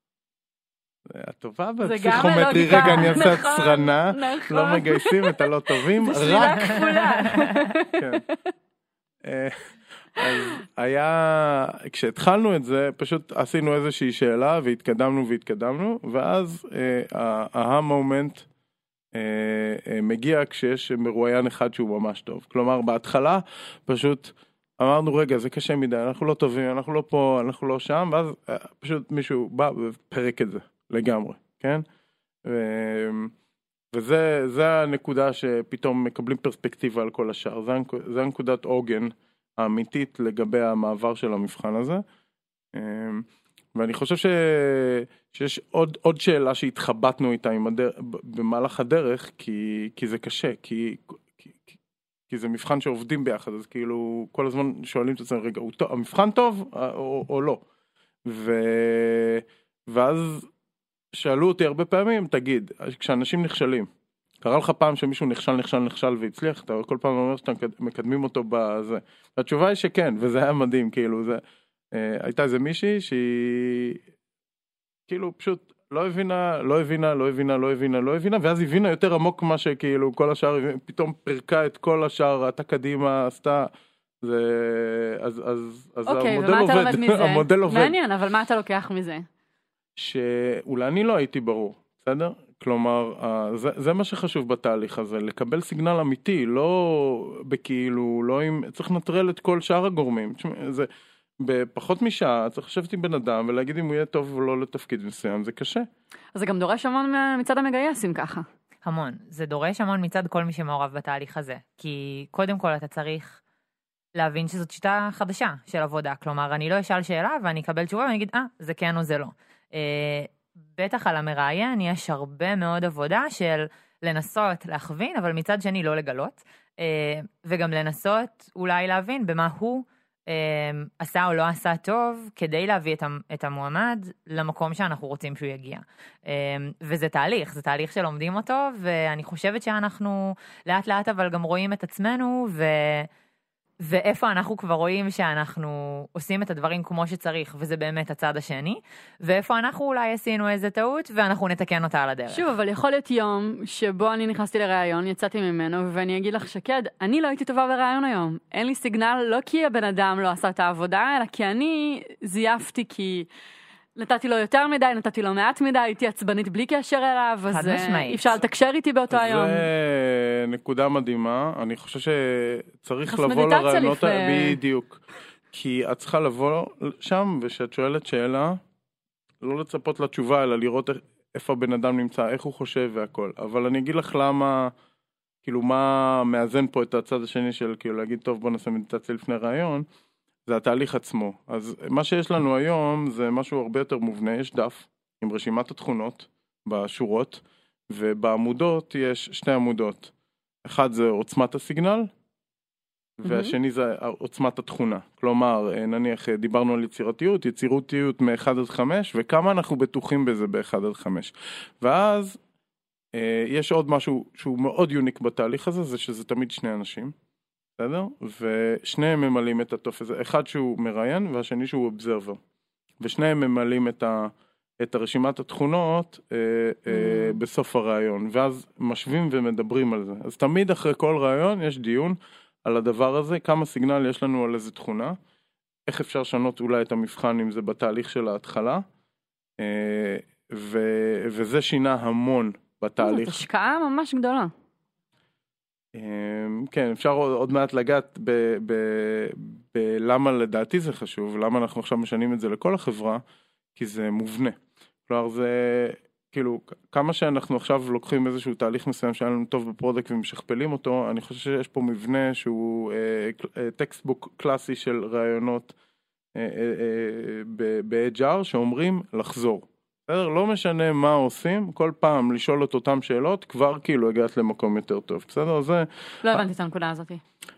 [SPEAKER 4] הטובה בפסיכומטרי, רגע, אני אעשה הצרנה, לא מגייסים את הלא טובים,
[SPEAKER 3] זה שלילה כפולה.
[SPEAKER 4] אז היה, כשהתחלנו את זה, פשוט עשינו איזושהי שאלה, והתקדמנו והתקדמנו, ואז המומנט מגיע כשיש מרואיין אחד שהוא ממש טוב. כלומר, בהתחלה פשוט אמרנו, רגע, זה קשה מדי, אנחנו לא טובים, אנחנו לא פה, אנחנו לא שם, ואז פשוט מישהו בא ופרק את זה לגמרי, כן? וזה, זה הנקודה שפתאום מקבלים פרספקטיבה על כל השאר. זה, זה הנקודת עוגן האמיתית לגבי המעבר של המבחן הזה. ואני חושב ש... שיש עוד, עוד שאלה שהתחבטנו איתה עם הדר... במהלך הדרך, כי, כי זה קשה, כי, כי, כי זה מבחן שעובדים ביחד, אז כאילו כל הזמן שואלים את עצמם, רגע, טוב, המבחן טוב או, או לא? ו... ואז שאלו אותי הרבה פעמים, תגיד, כשאנשים נכשלים, קרה לך פעם שמישהו נכשל, נכשל, נכשל והצליח, אתה כל פעם אומר שאתם מקדמים אותו בזה. והתשובה היא שכן, וזה היה מדהים, כאילו, זה, אה, הייתה איזה מישהי שהיא, כאילו, פשוט לא הבינה, לא הבינה, לא הבינה, לא הבינה, לא הבינה, ואז הבינה יותר עמוק מה שכאילו, כל השאר, פתאום פרקה את כל השאר, ראתה קדימה, עשתה, זה, אז, אז, אז
[SPEAKER 3] אוקיי,
[SPEAKER 4] המודל עובד.
[SPEAKER 3] ומה אתה לומד מזה?
[SPEAKER 4] המודל עובד.
[SPEAKER 3] מעניין, אבל מה אתה לוקח מזה?
[SPEAKER 4] שאולי אני לא הייתי ברור, בסדר? כלומר, זה, זה מה שחשוב בתהליך הזה, לקבל סיגנל אמיתי, לא בכאילו, לא עם, צריך לנטרל את כל שאר הגורמים. זה, בפחות משעה, צריך לשבת עם בן אדם ולהגיד אם הוא יהיה טוב או לא לתפקיד מסוים, זה קשה.
[SPEAKER 3] אז זה גם דורש המון מצד המגייסים ככה.
[SPEAKER 1] המון. זה דורש המון מצד כל מי שמעורב בתהליך הזה. כי קודם כל אתה צריך להבין שזאת שיטה חדשה של עבודה. כלומר, אני לא אשאל שאלה ואני אקבל תשובה ואני אגיד, אה, זה כן או זה לא. בטח על המראיין יש הרבה מאוד עבודה של לנסות להכווין, אבל מצד שני לא לגלות, וגם לנסות אולי להבין במה הוא עשה או לא עשה טוב, כדי להביא את המועמד למקום שאנחנו רוצים שהוא יגיע. וזה תהליך, זה תהליך שלומדים אותו, ואני חושבת שאנחנו לאט לאט אבל גם רואים את עצמנו, ו... ואיפה אנחנו כבר רואים שאנחנו עושים את הדברים כמו שצריך, וזה באמת הצד השני, ואיפה אנחנו אולי עשינו איזה טעות, ואנחנו נתקן אותה על הדרך.
[SPEAKER 3] שוב, אבל יכול להיות יום שבו אני נכנסתי לראיון, יצאתי ממנו, ואני אגיד לך שקד, אני לא הייתי טובה בראיון היום. אין לי סיגנל, לא כי הבן אדם לא עשה את העבודה, אלא כי אני זייפתי, כי נתתי לו יותר מדי, נתתי לו מעט מדי, הייתי עצבנית בלי קשר אליו, אז אי אפשר לתקשר איתי באותו היום.
[SPEAKER 4] זה נקודה מדהימה, אני חושב שצריך לבוא לרעיונות בדיוק, כי את צריכה לבוא שם, ושאת שואלת שאלה, לא לצפות לתשובה, אלא לראות איפה הבן אדם נמצא, איך הוא חושב והכל, אבל אני אגיד לך למה, כאילו מה מאזן פה את הצד השני של כאילו להגיד, טוב בוא נעשה מדיטציה לפני רעיון, זה התהליך עצמו. אז מה שיש לנו היום זה משהו הרבה יותר מובנה, יש דף עם רשימת התכונות בשורות, ובעמודות יש שתי עמודות. אחד זה עוצמת הסיגנל, והשני זה עוצמת התכונה. כלומר, נניח דיברנו על יצירתיות, יצירותיות מ-אחד עד חמש, וכמה אנחנו בטוחים בזה ב-אחד עד חמש. ואז יש עוד משהו שהוא מאוד יוניק בתהליך הזה, זה שזה תמיד שני אנשים. בסדר? ושניהם ממלאים את הטופס הזה, אחד שהוא מראיין והשני שהוא אובזרבר, ושניהם ממלאים את את הרשימת התכונות אה, אה, בסוף הרעיון, ואז משווים ומדברים על זה. אז תמיד אחרי כל רעיון יש דיון על הדבר הזה, כמה סיגנל יש לנו על איזה תכונה, איך אפשר לשנות אולי את המבחן אם זה בתהליך של ההתחלה, אה, ו, וזה שינה המון בתהליך.
[SPEAKER 3] זאת השקעה ממש גדולה.
[SPEAKER 4] כן, אפשר עוד מעט לגעת בלמה לדעתי זה חשוב, למה אנחנו עכשיו משנים את זה לכל החברה, כי זה מובנה. כלומר, זה כאילו, כמה שאנחנו עכשיו לוקחים איזשהו תהליך מסוים שהיה לנו טוב בפרודקט ומשכפלים אותו, אני חושב שיש פה מבנה שהוא טקסטבוק קלאסי של רעיונות ב-H R שאומרים לחזור. בסדר? לא משנה מה עושים, כל פעם לשאול את אותם שאלות, כבר כאילו הגעת למקום יותר טוב. בסדר? זה...
[SPEAKER 3] לא הבנתי את הנקודה הזאת.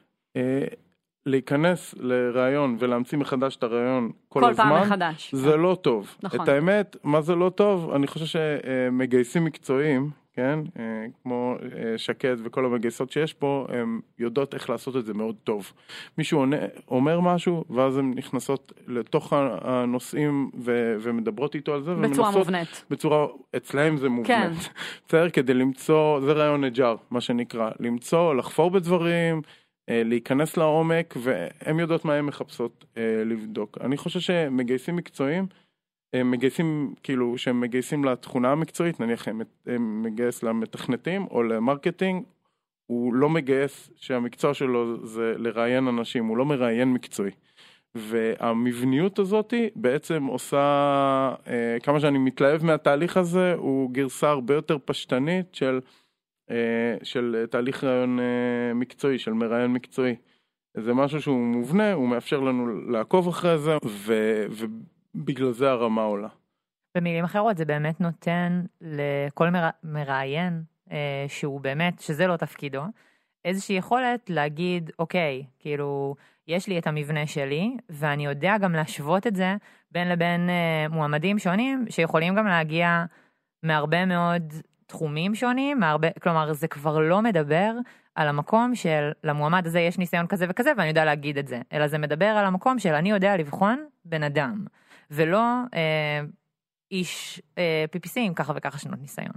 [SPEAKER 4] להיכנס לרעיון ולהמציא מחדש את הרעיון כל,
[SPEAKER 3] כל
[SPEAKER 4] הזמן,
[SPEAKER 3] פעם מחדש.
[SPEAKER 4] זה לא טוב.
[SPEAKER 3] נכון.
[SPEAKER 4] את האמת, מה זה לא טוב? אני חושב שמגייסים מקצועיים, כן? כמו שקד וכל המגייסות שיש פה, הם יודעות איך לעשות את זה מאוד טוב. מישהו אומר משהו, ואז הן נכנסות לתוך הנושאים ו- ומדברות איתו על זה.
[SPEAKER 3] בצורה מובנית.
[SPEAKER 4] בצורה, אצלהם זה מובנית.
[SPEAKER 3] כן.
[SPEAKER 4] בסדר? כדי למצוא, זה רעיון אג'ר, מה שנקרא. למצוא, לחפור בדברים, להיכנס לעומק, והם יודעות מה הם מחפשות לבדוק. אני חושב שמגייסים מקצועיים, הם מגייסים, כאילו, שהם מגייסים לתכונה המקצועית, נניח הם מגייס למתכנתים או למרקטינג, הוא לא מגייס שהמקצוע שלו זה לראיין אנשים, הוא לא מראיין מקצועי. והמבניות הזאת בעצם עושה, כמה שאני מתלהב מהתהליך הזה, הוא גרסה הרבה יותר פשטנית של, של תהליך ראיון מקצועי, של מראיין מקצועי. זה משהו שהוא מובנה, הוא מאפשר לנו לעקוב אחרי זה, ו... ו בגלל זה הרמה עולה.
[SPEAKER 1] במילים אחרות זה באמת נותן לכל מר... מראיין אה, שהוא באמת, שזה לא תפקידו, איזושהי יכולת להגיד, אוקיי, כאילו, יש לי את המבנה שלי, ואני יודע גם להשוות את זה בין לבין אה, מועמדים שונים, שיכולים גם להגיע מהרבה מאוד תחומים שונים, מהרבה, כלומר, זה כבר לא מדבר על המקום של למועמד הזה יש ניסיון כזה וכזה, ואני יודע להגיד את זה, אלא זה מדבר על המקום של אני יודע לבחון בן אדם. ולא אה, איש אה, פי פי סי עם ככה וככה שנות ניסיון.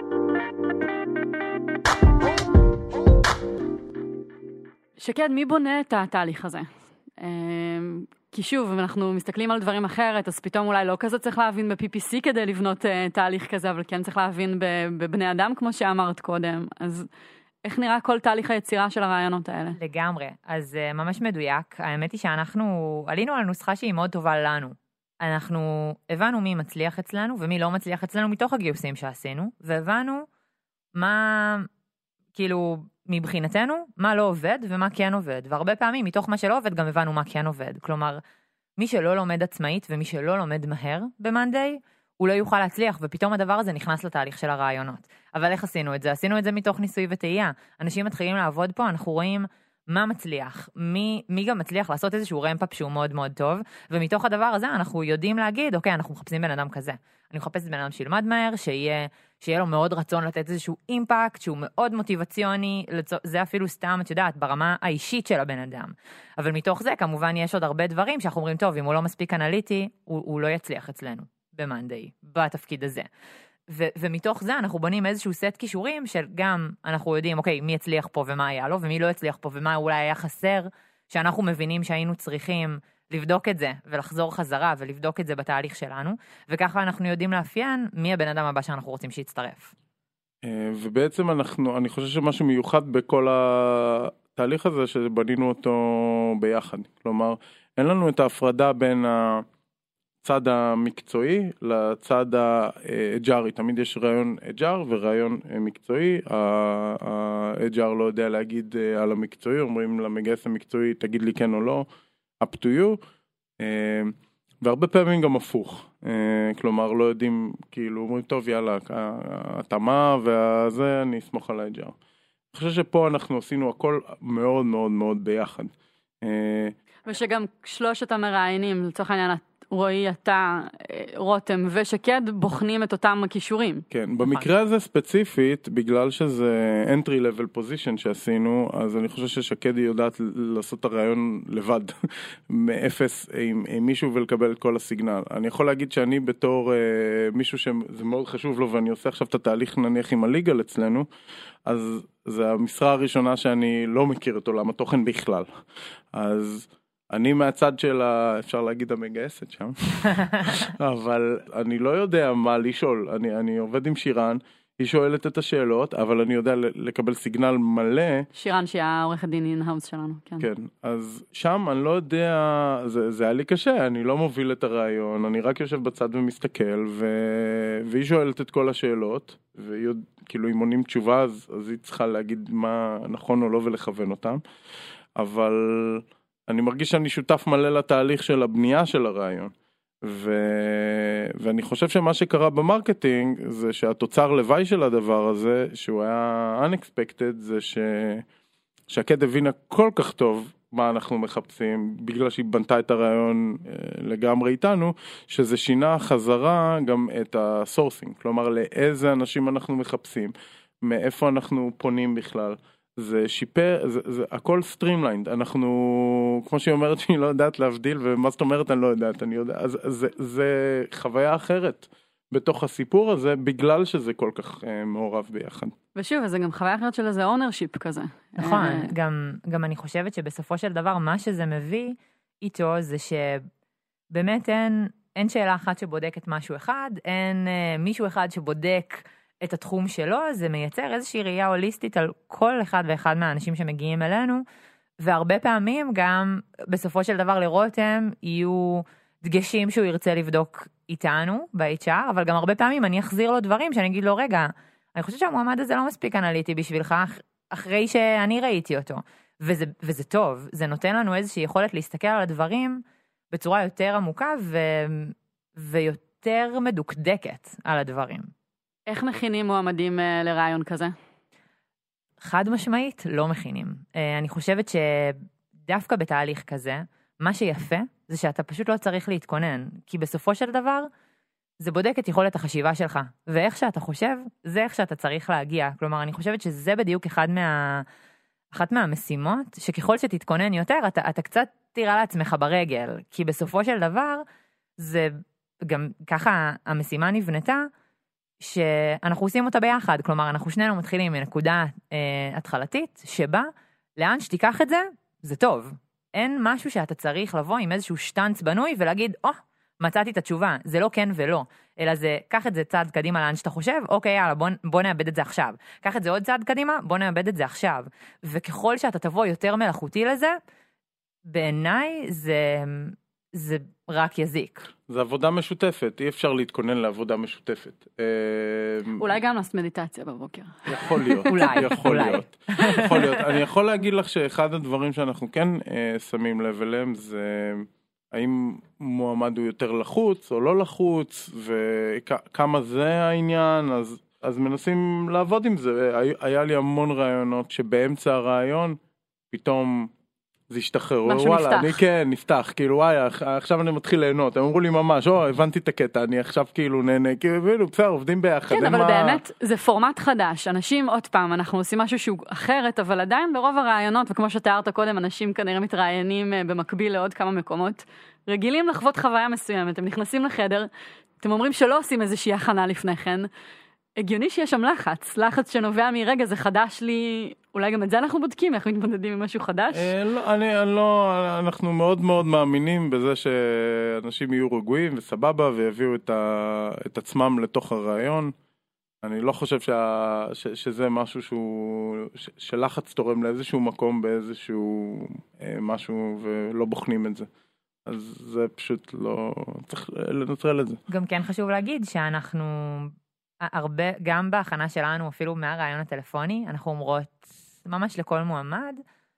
[SPEAKER 3] שקד, מי בונה את התהליך הזה? אה, כי שוב, אם אנחנו מסתכלים על דברים אחרת, אז פתאום אולי לא כזה צריך להבין ב-פי פי סי כדי לבנות אה, תהליך כזה, אבל כן צריך להבין בבני אדם, כמו שאמרת קודם. אז איך נראה כל תהליך היצירה של הרעיונות האלה?
[SPEAKER 1] לגמרי. אז אה, ממש מדויק. האמת היא שאנחנו עלינו על נוסחה שהיא מאוד טובה לנו. אנחנו הבנו מי מצליח אצלנו ומי לא מצליח אצלנו מתוך הגיוסים שעשינו, והבנו מה, כאילו, מבחינתנו, מה לא עובד ומה כן עובד. והרבה פעמים מתוך מה שלא עובד גם הבנו מה כן עובד. כלומר, מי שלא לומד עצמאית ומי שלא לומד מהר במנדי, הוא לא יוכל להצליח, ופתאום הדבר הזה נכנס לתהליך של הרעיונות. אבל איך עשינו את זה? עשינו את זה מתוך ניסוי וטעייה. אנשים מתחילים לעבוד פה, אנחנו רואים מה מצליח, מי, מי גם מצליח לעשות איזשהו רמפאפ שהוא מאוד מאוד טוב, ומתוך הדבר הזה אנחנו יודעים להגיד, אוקיי, אנחנו מחפשים בן אדם כזה. אני מחפשת בן אדם שילמד מהר, שיהיה, שיהיה לו מאוד רצון לתת איזשהו אימפקט, שהוא מאוד מוטיבציוני, זה אפילו סתם, את יודעת, ברמה האישית של הבן אדם. אבל מתוך זה, כמובן, יש עוד הרבה דברים שאנחנו אומרים, טוב, אם הוא לא מספיק אנליטי, הוא, הוא לא יצליח אצלנו, במאנדיי, בתפקיד הזה. ו- ומתוך זה אנחנו בונים איזשהו סט קישורים של גם אנחנו יודעים, אוקיי, מי הצליח פה ומה היה לו, ומי לא הצליח פה ומה אולי היה חסר, שאנחנו מבינים שהיינו צריכים לבדוק את זה ולחזור חזרה ולבדוק את זה בתהליך שלנו, וככה אנחנו יודעים לאפיין מי הבן אדם הבא שאנחנו רוצים שיצטרף.
[SPEAKER 4] ובעצם אנחנו, אני חושב שמשהו מיוחד בכל התהליך הזה שבנינו אותו ביחד. כלומר, אין לנו את ההפרדה בין ה... צד המקצועי לצד האג'רי, תמיד יש רעיון אג'ר ורעיון מקצועי, האג'ר לא יודע להגיד על המקצועי, אומרים למגייס המקצועי תגיד לי כן או לא, up to you, והרבה פעמים גם הפוך, כלומר לא יודעים, כאילו אומרים טוב יאללה, התאמה והזה אני אסמוך על האג'ר. אני חושב שפה אנחנו עשינו הכל מאוד מאוד מאוד ביחד.
[SPEAKER 3] ושגם שלושת המראיינים, לצורך העניין, רועי, אתה, רותם ושקד בוחנים את אותם הכישורים.
[SPEAKER 4] כן, במקרה הזה ספציפית, בגלל שזה entry level position שעשינו, אז אני חושב ששקד היא יודעת לעשות את הרעיון לבד, מאפס עם, עם מישהו ולקבל את כל הסיגנל. אני יכול להגיד שאני בתור אה, מישהו שזה מאוד חשוב לו, ואני עושה עכשיו את התהליך נניח עם הליגל אצלנו, אז זה המשרה הראשונה שאני לא מכיר את עולם התוכן בכלל. אז אני מהצד של, ה... אפשר להגיד המגייסת שם, אבל אני לא יודע מה לשאול. אני, אני עובד עם שירן, היא שואלת את השאלות, אבל אני יודע לקבל סיגנל מלא.
[SPEAKER 3] שירן שהיא העורך הדין אין-האוס שלנו, כן.
[SPEAKER 4] כן, אז שם אני לא יודע, זה, זה היה לי קשה, אני לא מוביל את הרעיון, אני רק יושב בצד ומסתכל, ו... והיא שואלת את כל השאלות, וכאילו אם עונים תשובה, אז, אז היא צריכה להגיד מה נכון או לא ולכוון אותם, אבל אני מרגיש שאני שותף מלא לתהליך של הבנייה של הרעיון. ו... ואני חושב שמה שקרה במרקטינג זה שהתוצר לוואי של הדבר הזה, שהוא היה unexpected, זה ש... שקד הבינה כל כך טוב מה אנחנו מחפשים, בגלל שהיא בנתה את הרעיון לגמרי איתנו, שזה שינה חזרה גם את הסורסינג, כלומר לאיזה אנשים אנחנו מחפשים, מאיפה אנחנו פונים בכלל. זה שיפר, זה, זה הכל סטרימליינד, אנחנו, כמו שהיא אומרת שהיא לא יודעת להבדיל, ומה זאת אומרת אני לא יודעת, אני יודע, אז זה, זה חוויה אחרת בתוך הסיפור הזה, בגלל שזה כל כך אה, מעורב ביחד.
[SPEAKER 3] ושוב, זה גם חוויה אחרת של איזה אונרשיפ כזה.
[SPEAKER 1] נכון, גם, גם אני חושבת שבסופו של דבר, מה שזה מביא איתו, זה שבאמת אין, אין שאלה אחת שבודקת משהו אחד, אין אה, מישהו אחד שבודק את התחום שלו, זה מייצר איזושהי ראייה הוליסטית על כל אחד ואחד מהאנשים שמגיעים אלינו, והרבה פעמים גם בסופו של דבר לרותם יהיו דגשים שהוא ירצה לבדוק איתנו ב-אייץ' אר, אבל גם הרבה פעמים אני אחזיר לו דברים שאני אגיד לו, רגע, אני חושבת שהמועמד הזה לא מספיק אנליטי בשבילך, אחרי שאני ראיתי אותו, וזה, וזה טוב, זה נותן לנו איזושהי יכולת להסתכל על הדברים בצורה יותר עמוקה ו... ויותר מדוקדקת על הדברים.
[SPEAKER 3] איך מכינים מועמדים לרעיון כזה?
[SPEAKER 1] חד משמעית, לא מכינים. אני חושבת שדווקא בתהליך כזה, מה שיפה זה שאתה פשוט לא צריך להתכונן, כי בסופו של דבר זה בודק את יכולת החשיבה שלך, ואיך שאתה חושב, זה איך שאתה צריך להגיע. כלומר, אני חושבת שזה בדיוק אחד מה... אחת מהמשימות, שככל שתתכונן יותר, אתה, אתה קצת תראה לעצמך ברגל, כי בסופו של דבר, זה גם ככה המשימה נבנתה, שאנחנו עושים אותה ביחד, כלומר, אנחנו שנינו מתחילים מנקודה אה, התחלתית, שבה, לאן שתיקח את זה, זה טוב. אין משהו שאתה צריך לבוא עם איזשהו שטנץ בנוי, ולהגיד, או, oh, מצאתי את התשובה, זה לא כן ולא, אלא זה, קח את זה צעד קדימה לאן שאתה חושב, אוקיי, יאללה, בוא, בוא נאבד את זה עכשיו. קח את זה עוד צעד קדימה, בוא נאבד את זה עכשיו. וככל שאתה תבוא יותר מלאכותי לזה, בעיניי זה... זה רק יזיק.
[SPEAKER 4] זה עבודה משותפת, אי אפשר להתכונן לעבודה משותפת.
[SPEAKER 3] אולי גם לעשות מדיטציה בבוקר.
[SPEAKER 4] יכול להיות.
[SPEAKER 1] אולי,
[SPEAKER 4] יכול
[SPEAKER 1] אולי.
[SPEAKER 4] להיות. יכול להיות. אני יכול להגיד לך שאחד הדברים שאנחנו כן שמים לב אליהם, זה האם מועמד הוא יותר לחוץ או לא לחוץ, וכמה זה העניין, אז, אז מנסים לעבוד עם זה. היה לי המון רעיונות שבאמצע הרעיון, פתאום זה השתחרר,
[SPEAKER 3] משהו
[SPEAKER 4] וואלה,
[SPEAKER 3] נפתח.
[SPEAKER 4] אני כן, נפתח, כאילו, וואי, עכשיו אני מתחיל ליהנות, הם אמרו לי ממש, או, הבנתי את הקטע, אני עכשיו כאילו נהנה, כאילו, בסדר, עובדים ביחד.
[SPEAKER 3] כן, אבל
[SPEAKER 4] מה...
[SPEAKER 3] באמת, זה פורמט חדש, אנשים, עוד פעם, אנחנו עושים משהו שהוא אחרת, אבל עדיין ברוב הרעיונות, וכמו שתיארת קודם, אנשים כנראה מתראיינים במקביל לעוד כמה מקומות, רגילים לחוות חוויה מסוימת, הם נכנסים לחדר, אתם אומרים שלא עושים איזושהי הכנה לפני כן, הגיוני שיש שם לחץ, לחץ שנובע מרגע, זה חדש לי, אולי גם את זה אנחנו בודקים, איך מתמודדים עם משהו חדש?
[SPEAKER 4] לא, אני, אני לא, אנחנו מאוד מאוד מאמינים בזה שאנשים יהיו רגועים וסבבה, ויביאו את, ה, את עצמם לתוך הרעיון. אני לא חושב שה, ש, שזה משהו שהוא, ש, שלחץ תורם לאיזשהו מקום באיזשהו משהו, ולא בוחנים את זה. אז זה פשוט לא, צריך לנטרל את זה. גם
[SPEAKER 1] כן חשוב להגיד שאנחנו... הרבה, גם בהכנה שלנו, אפילו מהרעיון הטלפוני, אנחנו אומרות ממש לכל מועמד,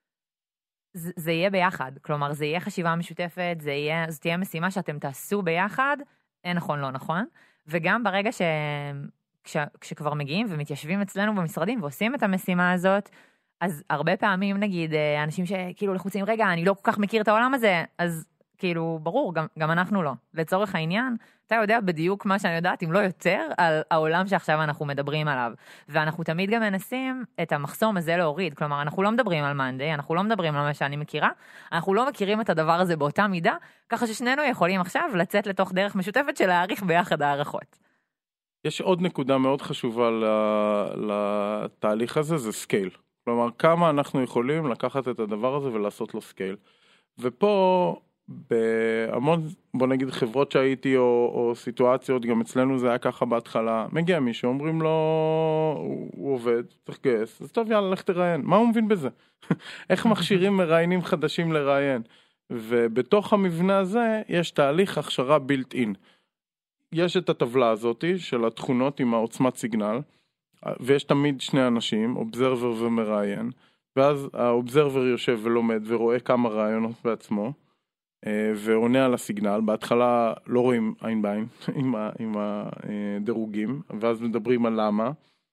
[SPEAKER 1] זה, זה יהיה ביחד. כלומר, זה יהיה חשיבה משותפת, זה יהיה, זו תהיה משימה שאתם תעשו ביחד, אין נכון, לא נכון. וגם ברגע ש, כש, כשכבר מגיעים ומתיישבים אצלנו במשרדים ועושים את המשימה הזאת, אז הרבה פעמים נגיד, אנשים שכאילו לחוצים, רגע, אני לא כל כך מכיר את העולם הזה, אז כאילו, ברור, גם, גם אנחנו לא. לצורך העניין, אתה יודע בדיוק מה שאני יודעת, אם לא יותר, על העולם שעכשיו אנחנו מדברים עליו. ואנחנו תמיד גם מנסים את המחסום הזה להוריד. כלומר, אנחנו לא מדברים על מאנדיי, אנחנו לא מדברים על מה שאני מכירה, אנחנו לא מכירים את הדבר הזה באותה מידה, ככה ששנינו יכולים עכשיו לצאת לתוך דרך משותפת של להעריך ביחד הערכות.
[SPEAKER 4] יש עוד נקודה מאוד חשובה לתהליך הזה, זה סקייל. כלומר, כמה אנחנו יכולים לקחת את הדבר הזה ולעשות לו סקייל. ופה, בהמון, בוא נגיד, חברות שהייתי, או, או סיטואציות, גם אצלנו זה היה ככה בהתחלה, מגיע מישהו, אומרים לו, הוא, הוא עובד, צריך גייס, אז טוב, יאללה, לך תראיין. מה הוא מבין בזה? איך מכשירים מראיינים חדשים לראיין? ובתוך המבנה הזה, יש תהליך הכשרה built in. יש את הטבלה הזאת של התכונות עם העוצמת סיגנל, ויש תמיד שני אנשים, אובזרבר ומראיין, ואז האובזרבר יושב ולומד ורואה כמה רעיונות בעצמו, ועונה על הסיגנל. בהתחלה לא רואים עין בעין עם, עם הדירוגים, ואז מדברים על למה,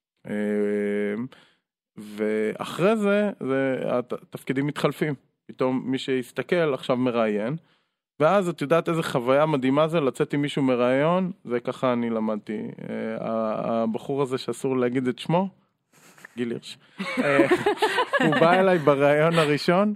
[SPEAKER 4] ואחרי זה, זה התפקידים מתחלפים. פתאום מי שיסתכל עכשיו מראיין, ואז את יודעת איזה חוויה מדהימה זה לצאת עם מישהו מראיון, זה ככה אני למדתי. הבחור הזה שאסור להגיד את שמו, גיל הירש, הוא בא אליי בראיון הראשון,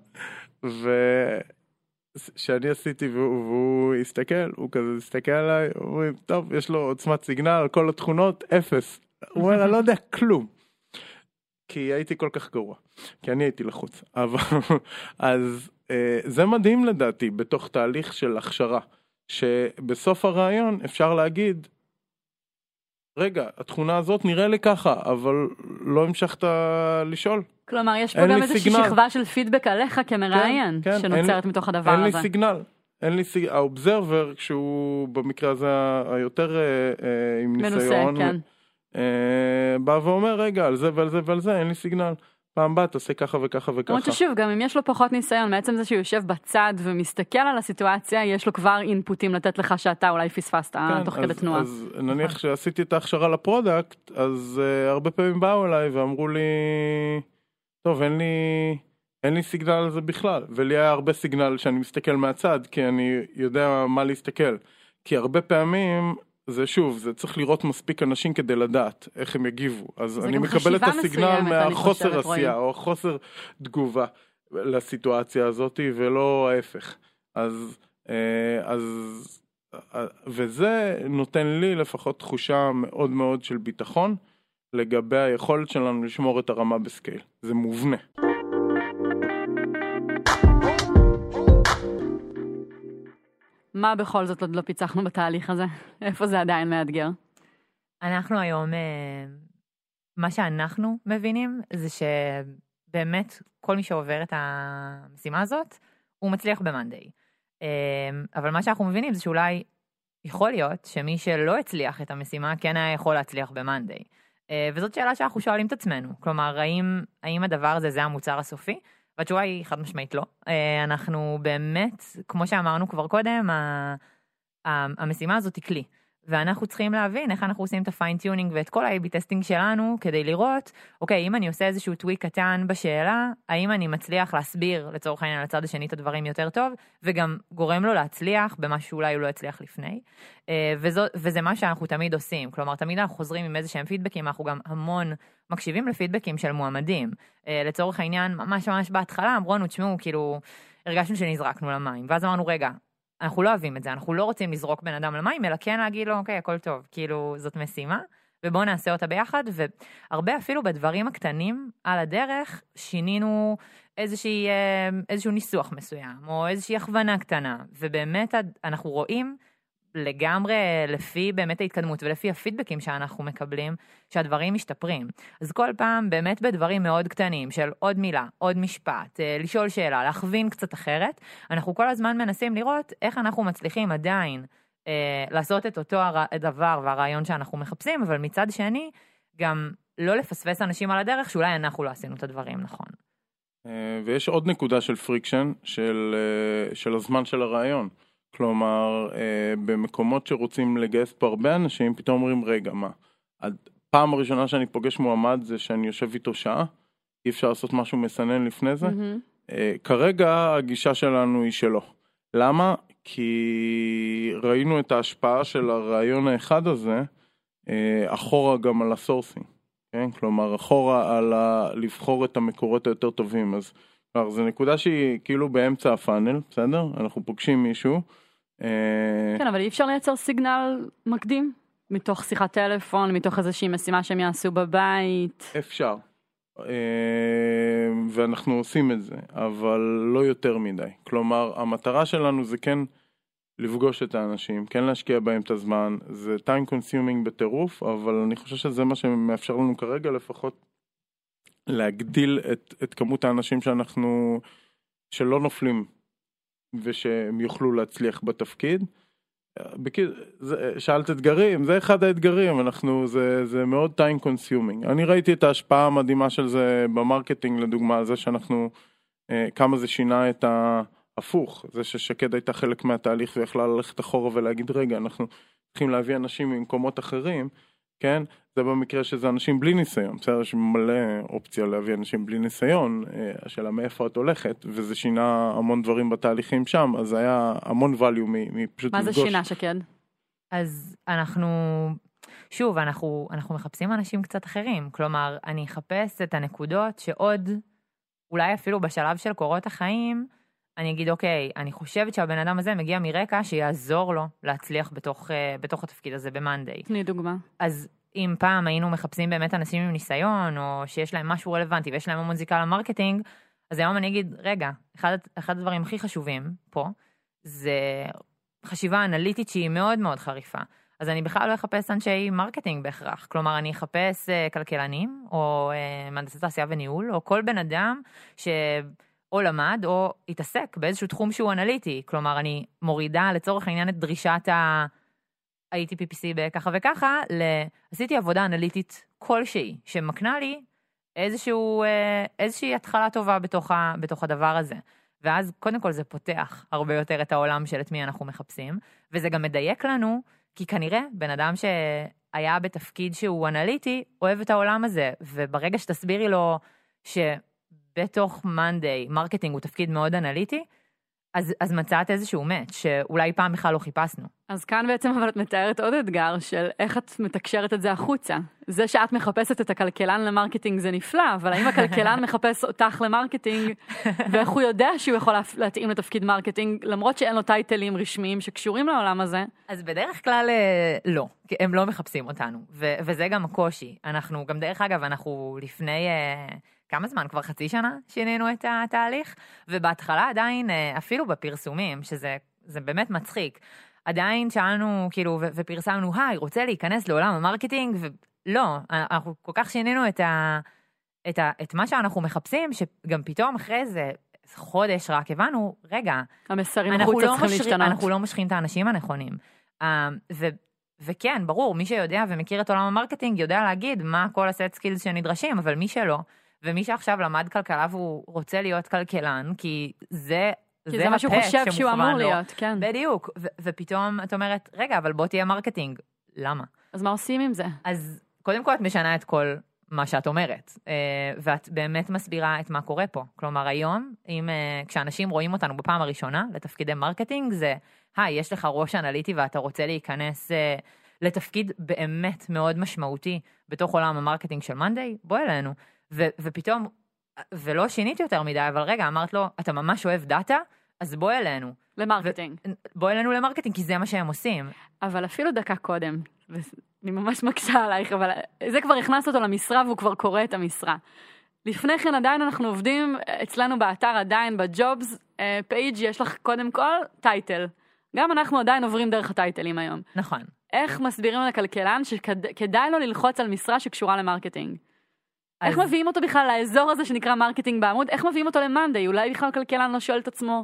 [SPEAKER 4] ושאני עשיתי והוא הסתכל, הוא כזה הסתכל עליי, הוא אומר, טוב, יש לו עוצמת סיגנל, על כל התכונות, אפס. הוא אומר, אני לא יודע כלום. כי הייתי כל כך גרוע, כי אני הייתי לחוץ. אבל, אז זה מדהים לדעתי, בתוך תהליך של הכשרה, שבסוף הרעיון אפשר להגיד, רגע, התכונה הזאת נראה לי ככה, אבל לא המשכת לשאול.
[SPEAKER 3] כלומר, יש פה גם איזושהי שכבה של פידבק עליך כמראיין, כן, כן, שנוצרת אין, מתוך הדבר
[SPEAKER 4] אין
[SPEAKER 3] הזה.
[SPEAKER 4] אין לי סיגנל. אין לי סיגנל. האובזרבר, כשהוא במקרה הזה היותר אה, עם
[SPEAKER 3] מנוסה,
[SPEAKER 4] ניסיון,
[SPEAKER 3] כן.
[SPEAKER 4] אה, בא ואומר, רגע, על זה ועל זה ועל זה, אין לי סיגנל. פעם בא, תעשה ככה וככה וככה.
[SPEAKER 3] למרות ששוב, גם אם יש לו פחות ניסיון, מעצם זה שהוא יושב בצד ומסתכל על הסיטואציה, יש לו כבר אינפוטים לתת לך שאתה אולי פספסת
[SPEAKER 4] כן,
[SPEAKER 3] תוך
[SPEAKER 4] אז,
[SPEAKER 3] כדי תנועה.
[SPEAKER 4] אז נניח שעשיתי את ההכשרה לפרודקט, אז uh, הרבה פעמים באו אליי ואמרו לי, טוב, אין לי, אין לי סיגנל על זה בכלל. ולי היה הרבה סיגנל שאני מסתכל מהצד, כי אני יודע מה להסתכל. כי הרבה פעמים, זה שוב, זה צריך לראות מספיק אנשים כדי לדעת איך הם יגיבו. אז אני מקבל את הסיגנל מהחוסר עשייה, או חוסר תגובה לסיטואציה הזאת, ולא ההפך. אז, אז, וזה נותן לי לפחות תחושה מאוד מאוד של ביטחון, לגבי היכולת שלנו לשמור את הרמה בסקייל. זה מובנה.
[SPEAKER 3] מה בכל זאת עוד לא פיצחנו בתהליך הזה? איפה זה עדיין מאתגר?
[SPEAKER 1] אנחנו היום, מה שאנחנו מבינים זה שבאמת כל מי שעובר את המשימה הזאת, הוא מצליח במאנדיי. אבל מה שאנחנו מבינים זה שאולי יכול להיות שמי שלא הצליח את המשימה כן היה יכול להצליח במאנדיי. וזאת שאלה שאנחנו שואלים את עצמנו. כלומר, האם, האם הדבר הזה זה המוצר הסופי? והתשובה היא חד משמעית לא. אנחנו באמת, כמו שאמרנו כבר קודם, המשימה הזאת היא כלי. ואנחנו צריכים להבין איך אנחנו עושים את הפיינטיונינג ואת כל ה-איי בי טסטינג שלנו, כדי לראות, אוקיי, אם אני עושה איזשהו טוויק קטן בשאלה, האם אני מצליח להסביר לצורך העניין לצד השני את הדברים יותר טוב, וגם גורם לו להצליח במה שאולי הוא לא הצליח לפני. וזו, וזה מה שאנחנו תמיד עושים. כלומר, תמיד אנחנו חוזרים עם איזה שהם פידבקים, אנחנו גם המון מקשיבים לפידבקים של מועמדים. לצורך העניין, ממש ממש בהתחלה, אמרו לנו, תשמעו, כאילו, הרגשנו שנזרקנו למים. ואז אמרנו, רגע, אנחנו לא אוהבים את זה, אנחנו לא רוצים לזרוק בן אדם למים, אלא כן להגיד לו, אוקיי, הכל טוב, כאילו, זאת משימה, ובואו נעשה אותה ביחד, והרבה אפילו בדברים הקטנים על הדרך, שינינו איזושהי, איזשהו ניסוח מסוים, או איזושהי הכוונה קטנה, ובאמת אנחנו רואים לגמרי לפי באמת ההתקדמות, ולפי הפידבקים שאנחנו מקבלים, שהדברים משתפרים. אז כל פעם באמת בדברים מאוד קטנים, של עוד מילה, עוד משפט, לשאול שאלה, להכווין קצת אחרת, אנחנו כל הזמן מנסים לראות איך אנחנו מצליחים עדיין אה, לעשות את אותו הדבר והרעיון שאנחנו מחפשים, אבל מצד שני, גם לא לפספס אנשים על הדרך, שאולי אנחנו לא עשינו את הדברים נכון.
[SPEAKER 4] ויש עוד נקודה של פריקשן, של, של הזמן של הרעיון. כלומר, במקומות שרוצים לגייס פה הרבה אנשים, פתאום אומרים, רגע, מה? הפעם הראשונה שאני פוגש מועמד זה שאני יושב איתו שעה, אי אפשר לעשות משהו מסנן לפני זה. Mm-hmm. כרגע הגישה שלנו היא שלא. למה? כי ראינו את ההשפעה של הרעיון האחד הזה, אחורה גם על הסורסינג, כן? כלומר, אחורה על ה... לבחור את המקורות היותר טובים, אז כלומר, זו נקודה שהיא כאילו באמצע הפאנל, בסדר? אנחנו פוגשים מישהו.
[SPEAKER 3] כן, אבל אי אפשר לייצר סיגנל מקדים, מתוך שיחת טלפון, מתוך איזושהי משימה שהם יעשו בבית.
[SPEAKER 4] אפשר. ואנחנו עושים את זה, אבל לא יותר מדי. כלומר, המטרה שלנו זה כן לפגוש את האנשים, כן להשקיע בהם את הזמן, זה time consuming בטירוף, אבל אני חושב שזה מה שמאפשר לנו כרגע לפחות להגדיל את, את כמות האנשים שאנחנו, שלא נופלים ושהם יוכלו להצליח בתפקיד. שאלת אתגרים, זה אחד האתגרים, אנחנו, זה, זה מאוד time consuming. אני ראיתי את ההשפעה המדהימה של זה במרקטינג, לדוגמה, זה שאנחנו, כמה זה שינה את ההפוך, זה ששקד הייתה חלק מהתהליך ויכלה ללכת אחורה ולהגיד, רגע, אנחנו צריכים להביא אנשים ממקומות אחרים, כן? זה במקרה שזה אנשים בלי ניסיון, בסדר, יש מלא אופציה להביא אנשים בלי ניסיון, השאלה מאיפה את הולכת, וזה שינה המון דברים בתהליכים שם, אז זה היה המון value מפשוט
[SPEAKER 3] מה
[SPEAKER 4] לפגוש.
[SPEAKER 3] זה שינה, שקד?
[SPEAKER 1] אז אנחנו, שוב, אנחנו, אנחנו מחפשים אנשים קצת אחרים, כלומר, אני אחפש את הנקודות שעוד, אולי אפילו בשלב של קורות החיים, אני אגיד, אוקיי, אני חושבת שהבן אדם הזה מגיע מרקע שיעזור לו להצליח בתוך, בתוך התפקיד הזה במאנדיי.
[SPEAKER 3] תני דוגמה.
[SPEAKER 1] אז אם פעם היינו מחפשים באמת אנשים עם ניסיון, או שיש להם משהו רלוונטי, ויש להם המון זיקה למרקטינג, אז היום אני אגיד, רגע, אחד, אחד הדברים הכי חשובים פה, זה חשיבה אנליטית שהיא מאוד מאוד חריפה. אז אני בכלל לא אחפש אנשי מרקטינג בהכרח. כלומר, אני אחפש uh, כלכלנים, או uh, מהנדסי תעשייה וניהול, או כל בן אדם ש... או למד, או התעסק באיזשהו תחום שהוא אנליטי. כלומר, אני מורידה לצורך העניין את דרישת ה... הייתי פי פי סי בככה וככה, ל... עשיתי עבודה אנליטית כלשהי, שמקנה לי איזשהו, איזושהי התחלה טובה בתוך, ה... בתוך הדבר הזה. ואז קודם כל זה פותח הרבה יותר את העולם של את מי אנחנו מחפשים, וזה גם מדייק לנו, כי כנראה בן אדם שהיה בתפקיד שהוא אנליטי, אוהב את העולם הזה, וברגע שתסבירי לו שבתוך מאנדיי, מרקטינג הוא תפקיד מאוד אנליטי, אז, אז מצאת איזשהו מאץ' שאולי פעם בכלל לא חיפשנו.
[SPEAKER 3] אז כאן בעצם אבל את מתארת עוד אתגר של איך את מתקשרת את זה החוצה. זה שאת מחפשת את הכלכלן למרקטינג זה נפלא, אבל האם הכלכלן מחפש אותך למרקטינג, ואיך הוא יודע שהוא יכול להתאים לתפקיד מרקטינג, למרות שאין לו טייטלים רשמיים שקשורים לעולם הזה?
[SPEAKER 1] אז בדרך כלל לא, הם לא מחפשים אותנו, ו- וזה גם הקושי. אנחנו, גם דרך אגב, אנחנו לפני... כמה זמן? כבר חצי שנה שינינו את התהליך, ובהתחלה עדיין, אפילו בפרסומים, שזה זה באמת מצחיק, עדיין שאלנו, כאילו, ו- ופרסמנו, היי, רוצה להיכנס לעולם המרקטינג? ולא, אנחנו כל כך שינינו את, ה- את, ה- את מה שאנחנו מחפשים, שגם פתאום אחרי זה חודש רק הבנו, רגע,
[SPEAKER 3] המסרים חוצה
[SPEAKER 1] לא
[SPEAKER 3] צריכים
[SPEAKER 1] משרים,
[SPEAKER 3] להשתנות.
[SPEAKER 1] אנחנו לא משכים את האנשים הנכונים. Uh, ו- וכן, ברור, מי שיודע ומכיר את עולם המרקטינג, יודע להגיד מה כל הסט סקילס שנדרשים, אבל מי שלא, ומי שעכשיו למד כלכלה והוא רוצה להיות כלכלן, כי זה,
[SPEAKER 3] כי זה מה שהוא חושב שהוא אמור להיות, כן.
[SPEAKER 1] בדיוק, ו- ופתאום את אומרת, רגע, אבל בוא תהיה מרקטינג. למה?
[SPEAKER 3] אז מה עושים עם זה?
[SPEAKER 1] אז קודם כל את משנה את כל מה שאת אומרת, ואת באמת מסבירה את מה קורה פה. כלומר, היום, אם, כשאנשים רואים אותנו בפעם הראשונה לתפקידי מרקטינג, זה, היי, יש לך ראש אנליטי ואתה רוצה להיכנס לתפקיד באמת מאוד משמעותי בתוך עולם המרקטינג של מאנדיי, בוא אלינו. ו- ופתאום, ולא שיניתי יותר מדי, אבל רגע, אמרת לו, אתה ממש אוהב דאטה, אז בוא אלינו.
[SPEAKER 3] למרקטינג.
[SPEAKER 1] ו- בוא אלינו למרקטינג, כי זה מה שהם עושים.
[SPEAKER 3] אבל אפילו דקה קודם, אני ממש מקשה עלייך, אבל זה כבר הכנס אותו למשרה, והוא כבר קורא את המשרה. לפני כן עדיין אנחנו עובדים, אצלנו באתר עדיין, בג'ובס, פייג' יש לך קודם כל טייטל. גם אנחנו עדיין עוברים דרך הטייטלים היום.
[SPEAKER 1] נכון.
[SPEAKER 3] איך מסבירים לכלכלן שכדאי לו ללחוץ על משרה שקשורה למרקטינג? אז... איך מביאים אותו בכלל לאזור הזה שנקרא מרקטינג בעמוד? איך מביאים אותו למאנדיי? אולי בכלל כלכלן לא שואל את עצמו,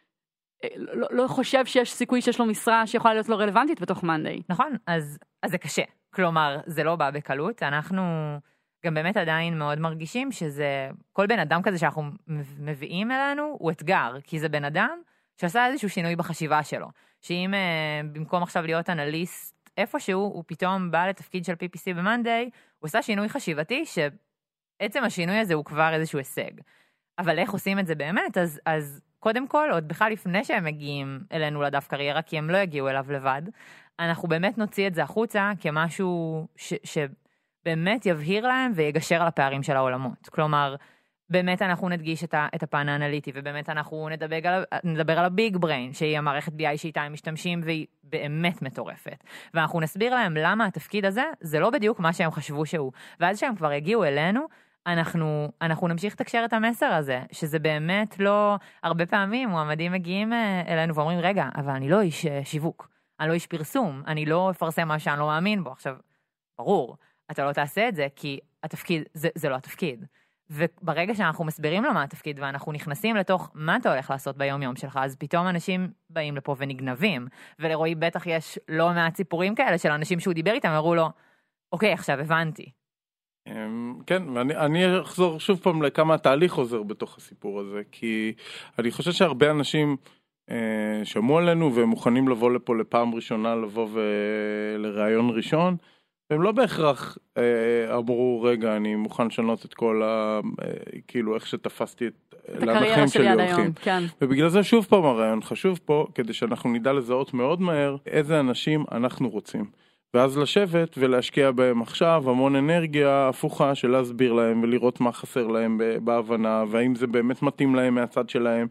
[SPEAKER 3] לא, לא חושב שיש סיכוי שיש לו משרה שיכולה להיות לו רלוונטית בתוך מאנדיי.
[SPEAKER 1] נכון, אז, אז זה קשה. כלומר, זה לא בא בקלות. אנחנו גם באמת עדיין מאוד מרגישים שזה, כל בן אדם כזה שאנחנו מביאים אלינו הוא אתגר, כי זה בן אדם שעשה איזשהו שינוי בחשיבה שלו. שאם במקום עכשיו להיות אנליסט איפשהו, הוא פתאום בא לתפקיד של פי פי סי במאנדיי, הוא עושה שינוי חשיבתי שעצם השינוי הזה הוא כבר איזשהו הישג. אבל איך עושים את זה באמת? אז, אז קודם כל, עוד בכלל לפני שהם מגיעים אלינו לדף קריירה, כי הם לא יגיעו אליו לבד, אנחנו באמת נוציא את זה החוצה כמשהו ש, שבאמת יבהיר להם ויגשר על הפערים של העולמות. כלומר, באמת אנחנו נדגיש את, ה, את הפן האנליטי, ובאמת אנחנו נדבר על, נדבר על הביג בריין, שהיא המערכת בי איי שאיתה הם משתמשים, והיא באמת מטורפת. ואנחנו נסביר להם למה התפקיד הזה, זה לא בדיוק מה שהם חשבו שהוא. ואז שהם כבר יגיעו אלינו, אנחנו, אנחנו נמשיך לתקשר את המסר הזה, שזה באמת לא, הרבה פעמים מועמדים מגיעים אלינו ואומרים, רגע, אבל אני לא איש שיווק, אני לא איש פרסום, אני לא אפרסם מה שאני לא מאמין בו. עכשיו, ברור, אתה לא תעשה את זה, כי התפקיד, זה, זה לא התפקיד. וברגע שאנחנו מסבירים לו מה התפקיד, ואנחנו נכנסים לתוך מה אתה הולך לעשות ביום יום שלך, אז פתאום אנשים באים לפה ונגנבים, ולרועי בטח יש לא מעט סיפורים כאלה של אנשים שהוא דיבר איתם, אמרו לו, אוקיי, עכשיו הבנתי.
[SPEAKER 4] כן, ואני אחזור שוב פעם לכמה התהליך עוזר בתוך הסיפור הזה, כי אני חושב שהרבה אנשים שמעו עלינו והם מוכנים לבוא לפה לפעם ראשונה, לבוא לראיון ראשון, והם לא בהכרח אמרו, רגע, אני מוכן לשנות את כל ה... כאילו, איך שתפסתי את...
[SPEAKER 3] את הקריירה שלי עד היום, כן.
[SPEAKER 4] ובגלל זה שוב פעם הרעיון חשוב פה, כדי שאנחנו נדע לזהות מאוד מהר איזה אנשים אנחנו רוצים. ואז לשבת ולהשקיע בהם עכשיו המון אנרגיה הפוכה של להסביר להם ולראות מה חסר להם בהבנה, והאם זה באמת מתאים להם מהצד שלהם,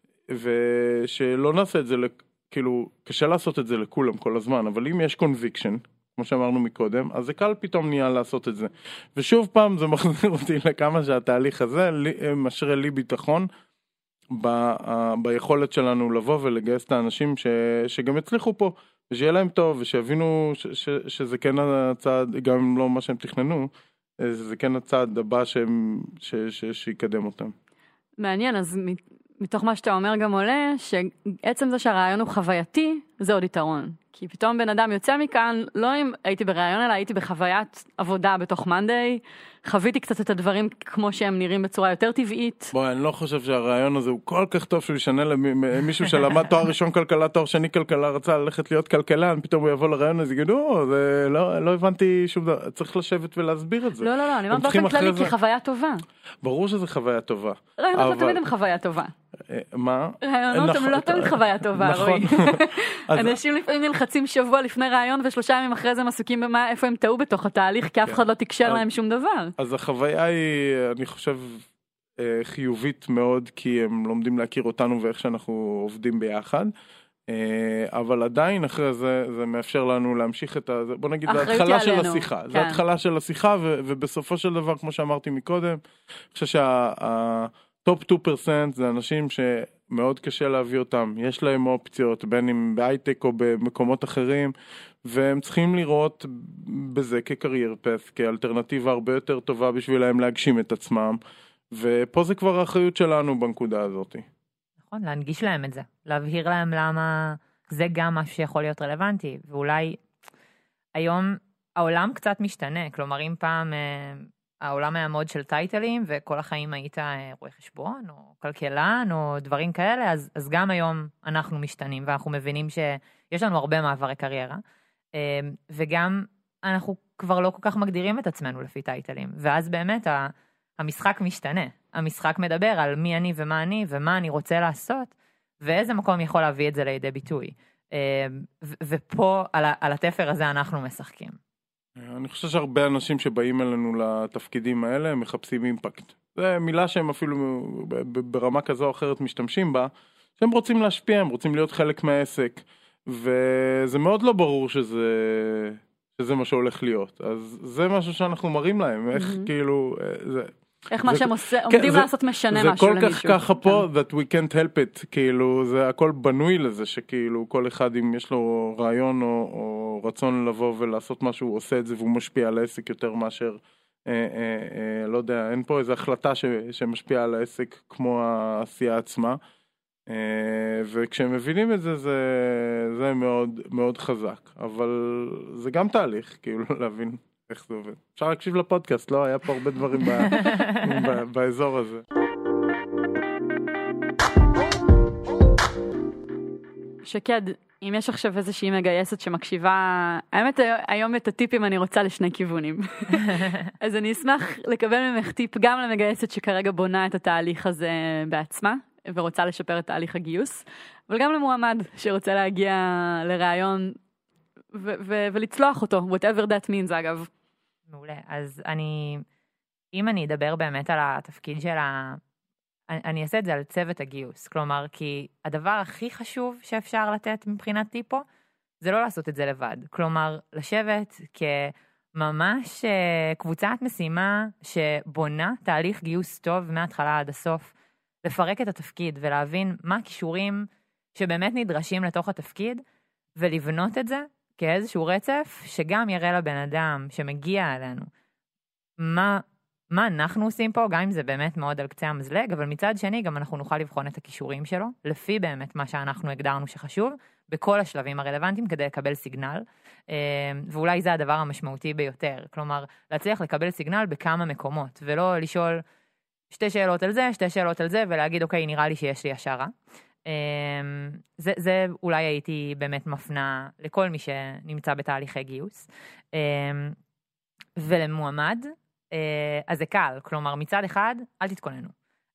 [SPEAKER 4] ושלא נעשה את זה, כאילו, קשה לעשות את זה לכולם כל הזמן, אבל אם יש קונביקשן, כמו שאמרנו מקודם, אז זה קל פתאום נהיה לעשות את זה. ושוב פעם זה מחזיר אותי לכמה שהתהליך הזה משרה לי ביטחון ב, ביכולת שלנו לבוא ולגייס את האנשים ש, שגם הצליחו פה, ושיהיה להם טוב, ושיבינו ש, ש, שזה כן הצעד, גם אם לא מה שהם תכננו, זה כן הצעד הבא שהם, ש, ש, שיקדם אותם.
[SPEAKER 3] מעניין, אז מתוך מה שאתה אומר גם עולה, שעצם זה שהרעיון הוא חווייתי, זה עוד יתרון. כי פתאום בן אדם יוצא מכאן, לא אם הייתי ברעיון, אלא הייתי בחוויית עבודה בתוך מאנדיי, חוויתי קצת את הדברים כמו שהם נראים בצורה יותר טבעית.
[SPEAKER 4] בואי, אני לא חושב שהרעיון הזה הוא כל כך טוב שהוא ישנה למישהו שלמד תואר ראשון כלכלה, תואר שני כלכלה, רצה ללכת להיות כלכלן, פתאום הוא יבוא לרעיון הזה, יגידו, זה לא, לא הבנתי שום דבר, צריך לשבת ולהסביר את זה.
[SPEAKER 3] לא, לא, לא, אני אומר באופן כללי כי חוויה טובה.
[SPEAKER 4] ברור שזה חוויה טובה.
[SPEAKER 3] רעיונות לא תמיד הם חוויה טובה.
[SPEAKER 4] מה?
[SPEAKER 3] רעיונות הם לא תמיד חוויה טובה, רואי. אנשים לפעמים נלחצים שבוע לפני רעיון ושלושה ימים אחרי זה מסוקים במה, איפה הם טעו בתוך התהליך, כי אף אחד לא תקשר להם שום דבר.
[SPEAKER 4] אז החוויה היא, אני חושב, חיובית מאוד, כי הם לומדים להכיר אותנו ואיך שאנחנו עובדים ביחד. אבל עדיין אחרי זה, זה מאפשר לנו להמשיך את ה... בוא נגיד, זה התחלה של השיחה. זה התחלה של השיחה, ובסופו של דבר, כמו שאמרתי מקודם, אני חושב שהטופ שתיים פרסנט זה אנשים שמאוד קשה להביא אותם. יש להם אופציות, בין אם בהייטק או במקומות אחרים, והם צריכים לראות בזה כקרייר פס, כאלטרנטיבה הרבה יותר טובה בשבילהם להגשים את עצמם, ופה זה כבר האחריות שלנו בנקודה הזאת.
[SPEAKER 1] נכון, להנגיש להם את זה, להבהיר להם למה זה גם משהו שיכול להיות רלוונטי, ואולי היום העולם קצת משתנה, כלומר אם פעם העולם היה מאוד של טייטלים, וכל החיים היית רואה חשבון, או כלכלן, או דברים כאלה, אז, אז גם היום אנחנו משתנים, ואנחנו מבינים שיש לנו הרבה מעברי קריירה, וגם אנחנו כבר לא כל כך מגדירים את עצמנו לפי טייטלים, ואז באמת המשחק משתנה. המשחק מדבר על מי אני ומה אני, ומה אני רוצה לעשות, ואיזה מקום יכול להביא את זה לידי ביטוי. ופה, על התפר הזה אנחנו משחקים.
[SPEAKER 4] אני חושב שהרבה אנשים שבאים אלינו לתפקידים האלה, הם מחפשים אימפקט. זו מילה שהם אפילו ברמה כזו או אחרת משתמשים בה, שהם רוצים להשפיע, הם רוצים להיות חלק מהעסק, וזה מאוד לא ברור שזה, שזה מה שהולך להיות. אז זה משהו שאנחנו מראים להם, איך כאילו, זה...
[SPEAKER 3] איך מה שהם עומדים לעשות משנה משהו למישהו.
[SPEAKER 4] זה כל כך ככה פה, that we can't help it, כאילו, זה הכל בנוי לזה, שכאילו, כל אחד אם יש לו רעיון או רצון לבוא ולעשות משהו, הוא עושה את זה, והוא משפיע על העסק יותר מאשר, לא יודע, אין פה איזו החלטה שמשפיעה על העסק כמו העשייה עצמה, וכשהם מבינים את זה, זה מאוד מאוד חזק, אבל זה גם תהליך, כאילו, להבין. איך זה עובד? אפשר להקשיב לפודקאסט, לא? היה פה הרבה דברים באזור הזה.
[SPEAKER 3] שקד, אם יש עכשיו איזושהי מגייסת שמקשיבה, האמת היום את הטיפים אני רוצה לשני כיוונים. אז אני אשמח לקבל ממך טיפ גם למגייסת שכרגע בונה את התהליך הזה בעצמה, ורוצה לשפר את תהליך הגיוס, אבל גם למועמד שרוצה להגיע לרעיון ו- ו- ולצלוח אותו, whatever that means אגב.
[SPEAKER 1] מעולה. אז אני, אם אני אדבר באמת על התפקיד של ה... אני, אני אעשה את זה על צוות הגיוס. כלומר, כי הדבר הכי חשוב שאפשר לתת מבחינתי פה, זה לא לעשות את זה לבד. כלומר, לשבת כממש קבוצת משימה שבונה תהליך גיוס טוב מההתחלה עד הסוף, לפרק את התפקיד ולהבין מה הכישורים שבאמת נדרשים לתוך התפקיד, ולבנות את זה כאיזשהו רצף שגם יראה לבן אדם שמגיע אלינו מה, מה אנחנו עושים פה, גם אם זה באמת מאוד על קצה המזלג, אבל מצד שני גם אנחנו נוכל לבחון את הכישורים שלו, לפי באמת מה שאנחנו הגדרנו שחשוב, בכל השלבים הרלוונטיים כדי לקבל סיגנל, ואולי זה הדבר המשמעותי ביותר, כלומר להצליח לקבל סיגנל בכמה מקומות, ולא לשאול שתי שאלות על זה, שתי שאלות על זה, ולהגיד אוקיי נראה לי שיש לי השערה. זה, זה אולי הייתי באמת מפנה לכל מי שנמצא בתהליכי גיוס. ולמועמד, אז זה קל, כלומר מצד אחד, אל תתכוננו.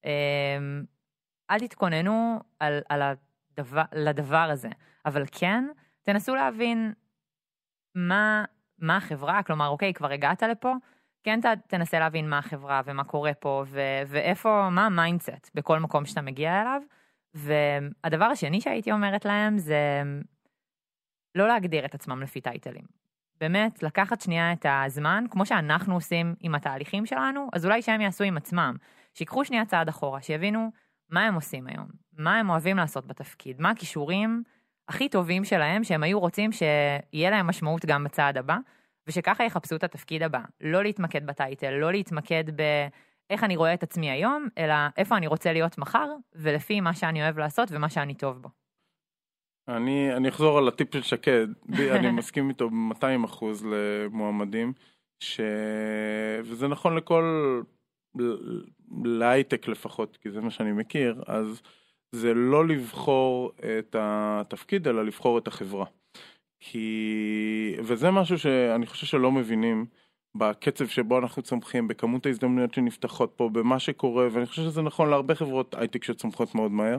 [SPEAKER 1] אל תתכוננו על, על הדבר, לדבר הזה, אבל כן, תנסו להבין מה, מה החברה, כלומר אוקיי, כבר הגעת לפה, כן תנסה להבין מה החברה ומה קורה פה, ו- ואיפה, מה המיינדסט בכל מקום שאתה מגיע אליו, והדבר השני שהייתי אומרת להם זה לא להגדיר את עצמם לפי טייטלים. באמת, לקחת שנייה את הזמן, כמו שאנחנו עושים עם התהליכים שלנו, אז אולי שהם יעשו עם עצמם, שיקחו שנייה צעד אחורה, שיבינו מה הם עושים היום, מה הם אוהבים לעשות בתפקיד, מה הכישורים הכי טובים שלהם, שהם היו רוצים שיהיה להם משמעות גם בצעד הבא, ושככה יחפשו את התפקיד הבא. לא להתמקד בטייטל, לא להתמקד באיך אני רואה את עצמי היום, אלא איפה אני רוצה להיות מחר, ולפי מה שאני אוהב לעשות ומה שאני טוב בו.
[SPEAKER 4] אני, אני אחזור על הטיפ של שקד, אני מסכים איתו ב-מאתיים אחוז למועמדים, ש... וזה נכון לכל, להייטק לפחות, כי זה מה שאני מכיר, אז זה לא לבחור את התפקיד, אלא לבחור את החברה. כי, וזה משהו שאני חושב שלא מבינים, בקצב שבו אנחנו צומחים, בכמות ההזדמנויות שנפתחות פה, במה שקורה, ואני חושב שזה נכון להרבה חברות הייטק שצומחות מאוד מהר,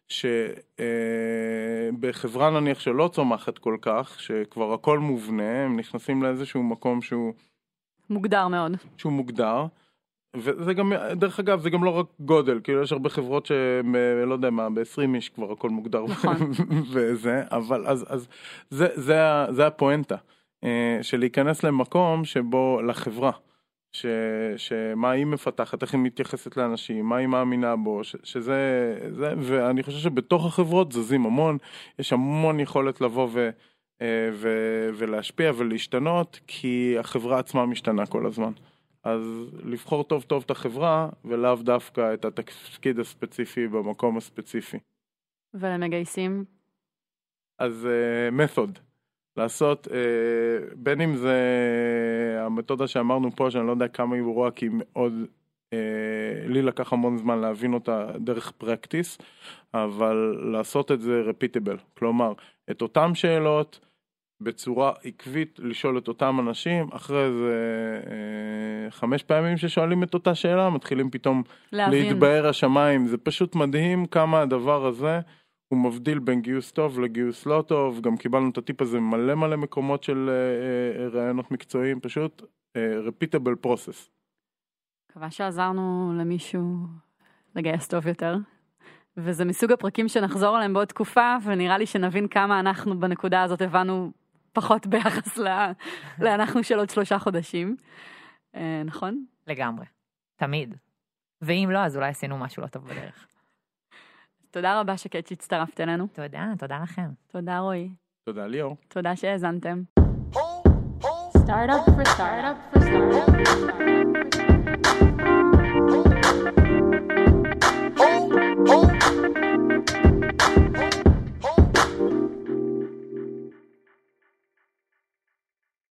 [SPEAKER 4] שבחברה נניח שלא צומחת כל כך, שכבר הכל מובנה, הם נכנסים לאיזשהו מקום שהוא
[SPEAKER 3] מוגדר מאוד. שהוא
[SPEAKER 4] מוגדר, וזה גם, דרך אגב, זה גם לא רק גודל, כאילו יש הרבה חברות שלא יודע מה, ב-עשרים איש כבר הכל מוגדר,
[SPEAKER 3] נכון.
[SPEAKER 4] וזה, אבל אז, אז זה, זה, זה הפואנטה, של להיכנס למקום שבו, לחברה, ש, שמה היא מפתחת, איך היא מתייחסת לאנשים, מה היא מאמינה בו, ש, שזה, זה, ואני חושב שבתוך החברות זזים המון, יש המון יכולת לבוא ו, ו, ולהשפיע ולהשתנות, כי החברה עצמה משתנה כל הזמן. אז לבחור טוב טוב את החברה, ולאו דווקא את התפקיד הספציפי במקום הספציפי.
[SPEAKER 3] ולמגייסים?
[SPEAKER 4] אז מתוד. לעשות, בין אם זה המתודה שאמרנו פה, שאני לא יודע כמה היא רואה, כי מאוד, לי לקח המון זמן להבין אותה דרך פרקטיס, אבל לעשות את זה repeatable. כלומר, את אותם שאלות, בצורה עקבית לשאול את אותם אנשים, אחרי זה אה, חמש פעמים ששואלים את אותה שאלה, מתחילים פתאום להבין. להתבאר השמיים, זה פשוט מדהים כמה הדבר הזה הוא מבדיל בין גיוס טוב לגיוס לא טוב, גם קיבלנו את הטיפ הזה מלא מלא מקומות של אה, אה, רעיונות מקצועיים, פשוט אה, repeatable process.
[SPEAKER 3] מקווה שעזרנו למישהו לגייס טוב יותר. וזה מסוג הפרקים שנחזור עליהם בעוד תקופה, ונראה לי שנבין כמה אנחנו בנקודה הזאת הבנו פחות ביחס לאנחנו של עוד שלושה חודשים. נכון?
[SPEAKER 1] לגמרי. תמיד. ואם לא, אז אולי עשינו משהו לא טוב בדרך.
[SPEAKER 3] תודה רבה שקט שהצטרפת אלינו.
[SPEAKER 1] תודה, תודה לכם.
[SPEAKER 3] תודה רועי.
[SPEAKER 4] תודה ליאור.
[SPEAKER 3] תודה שהאזנתם.
[SPEAKER 2] Startup for startup for startup.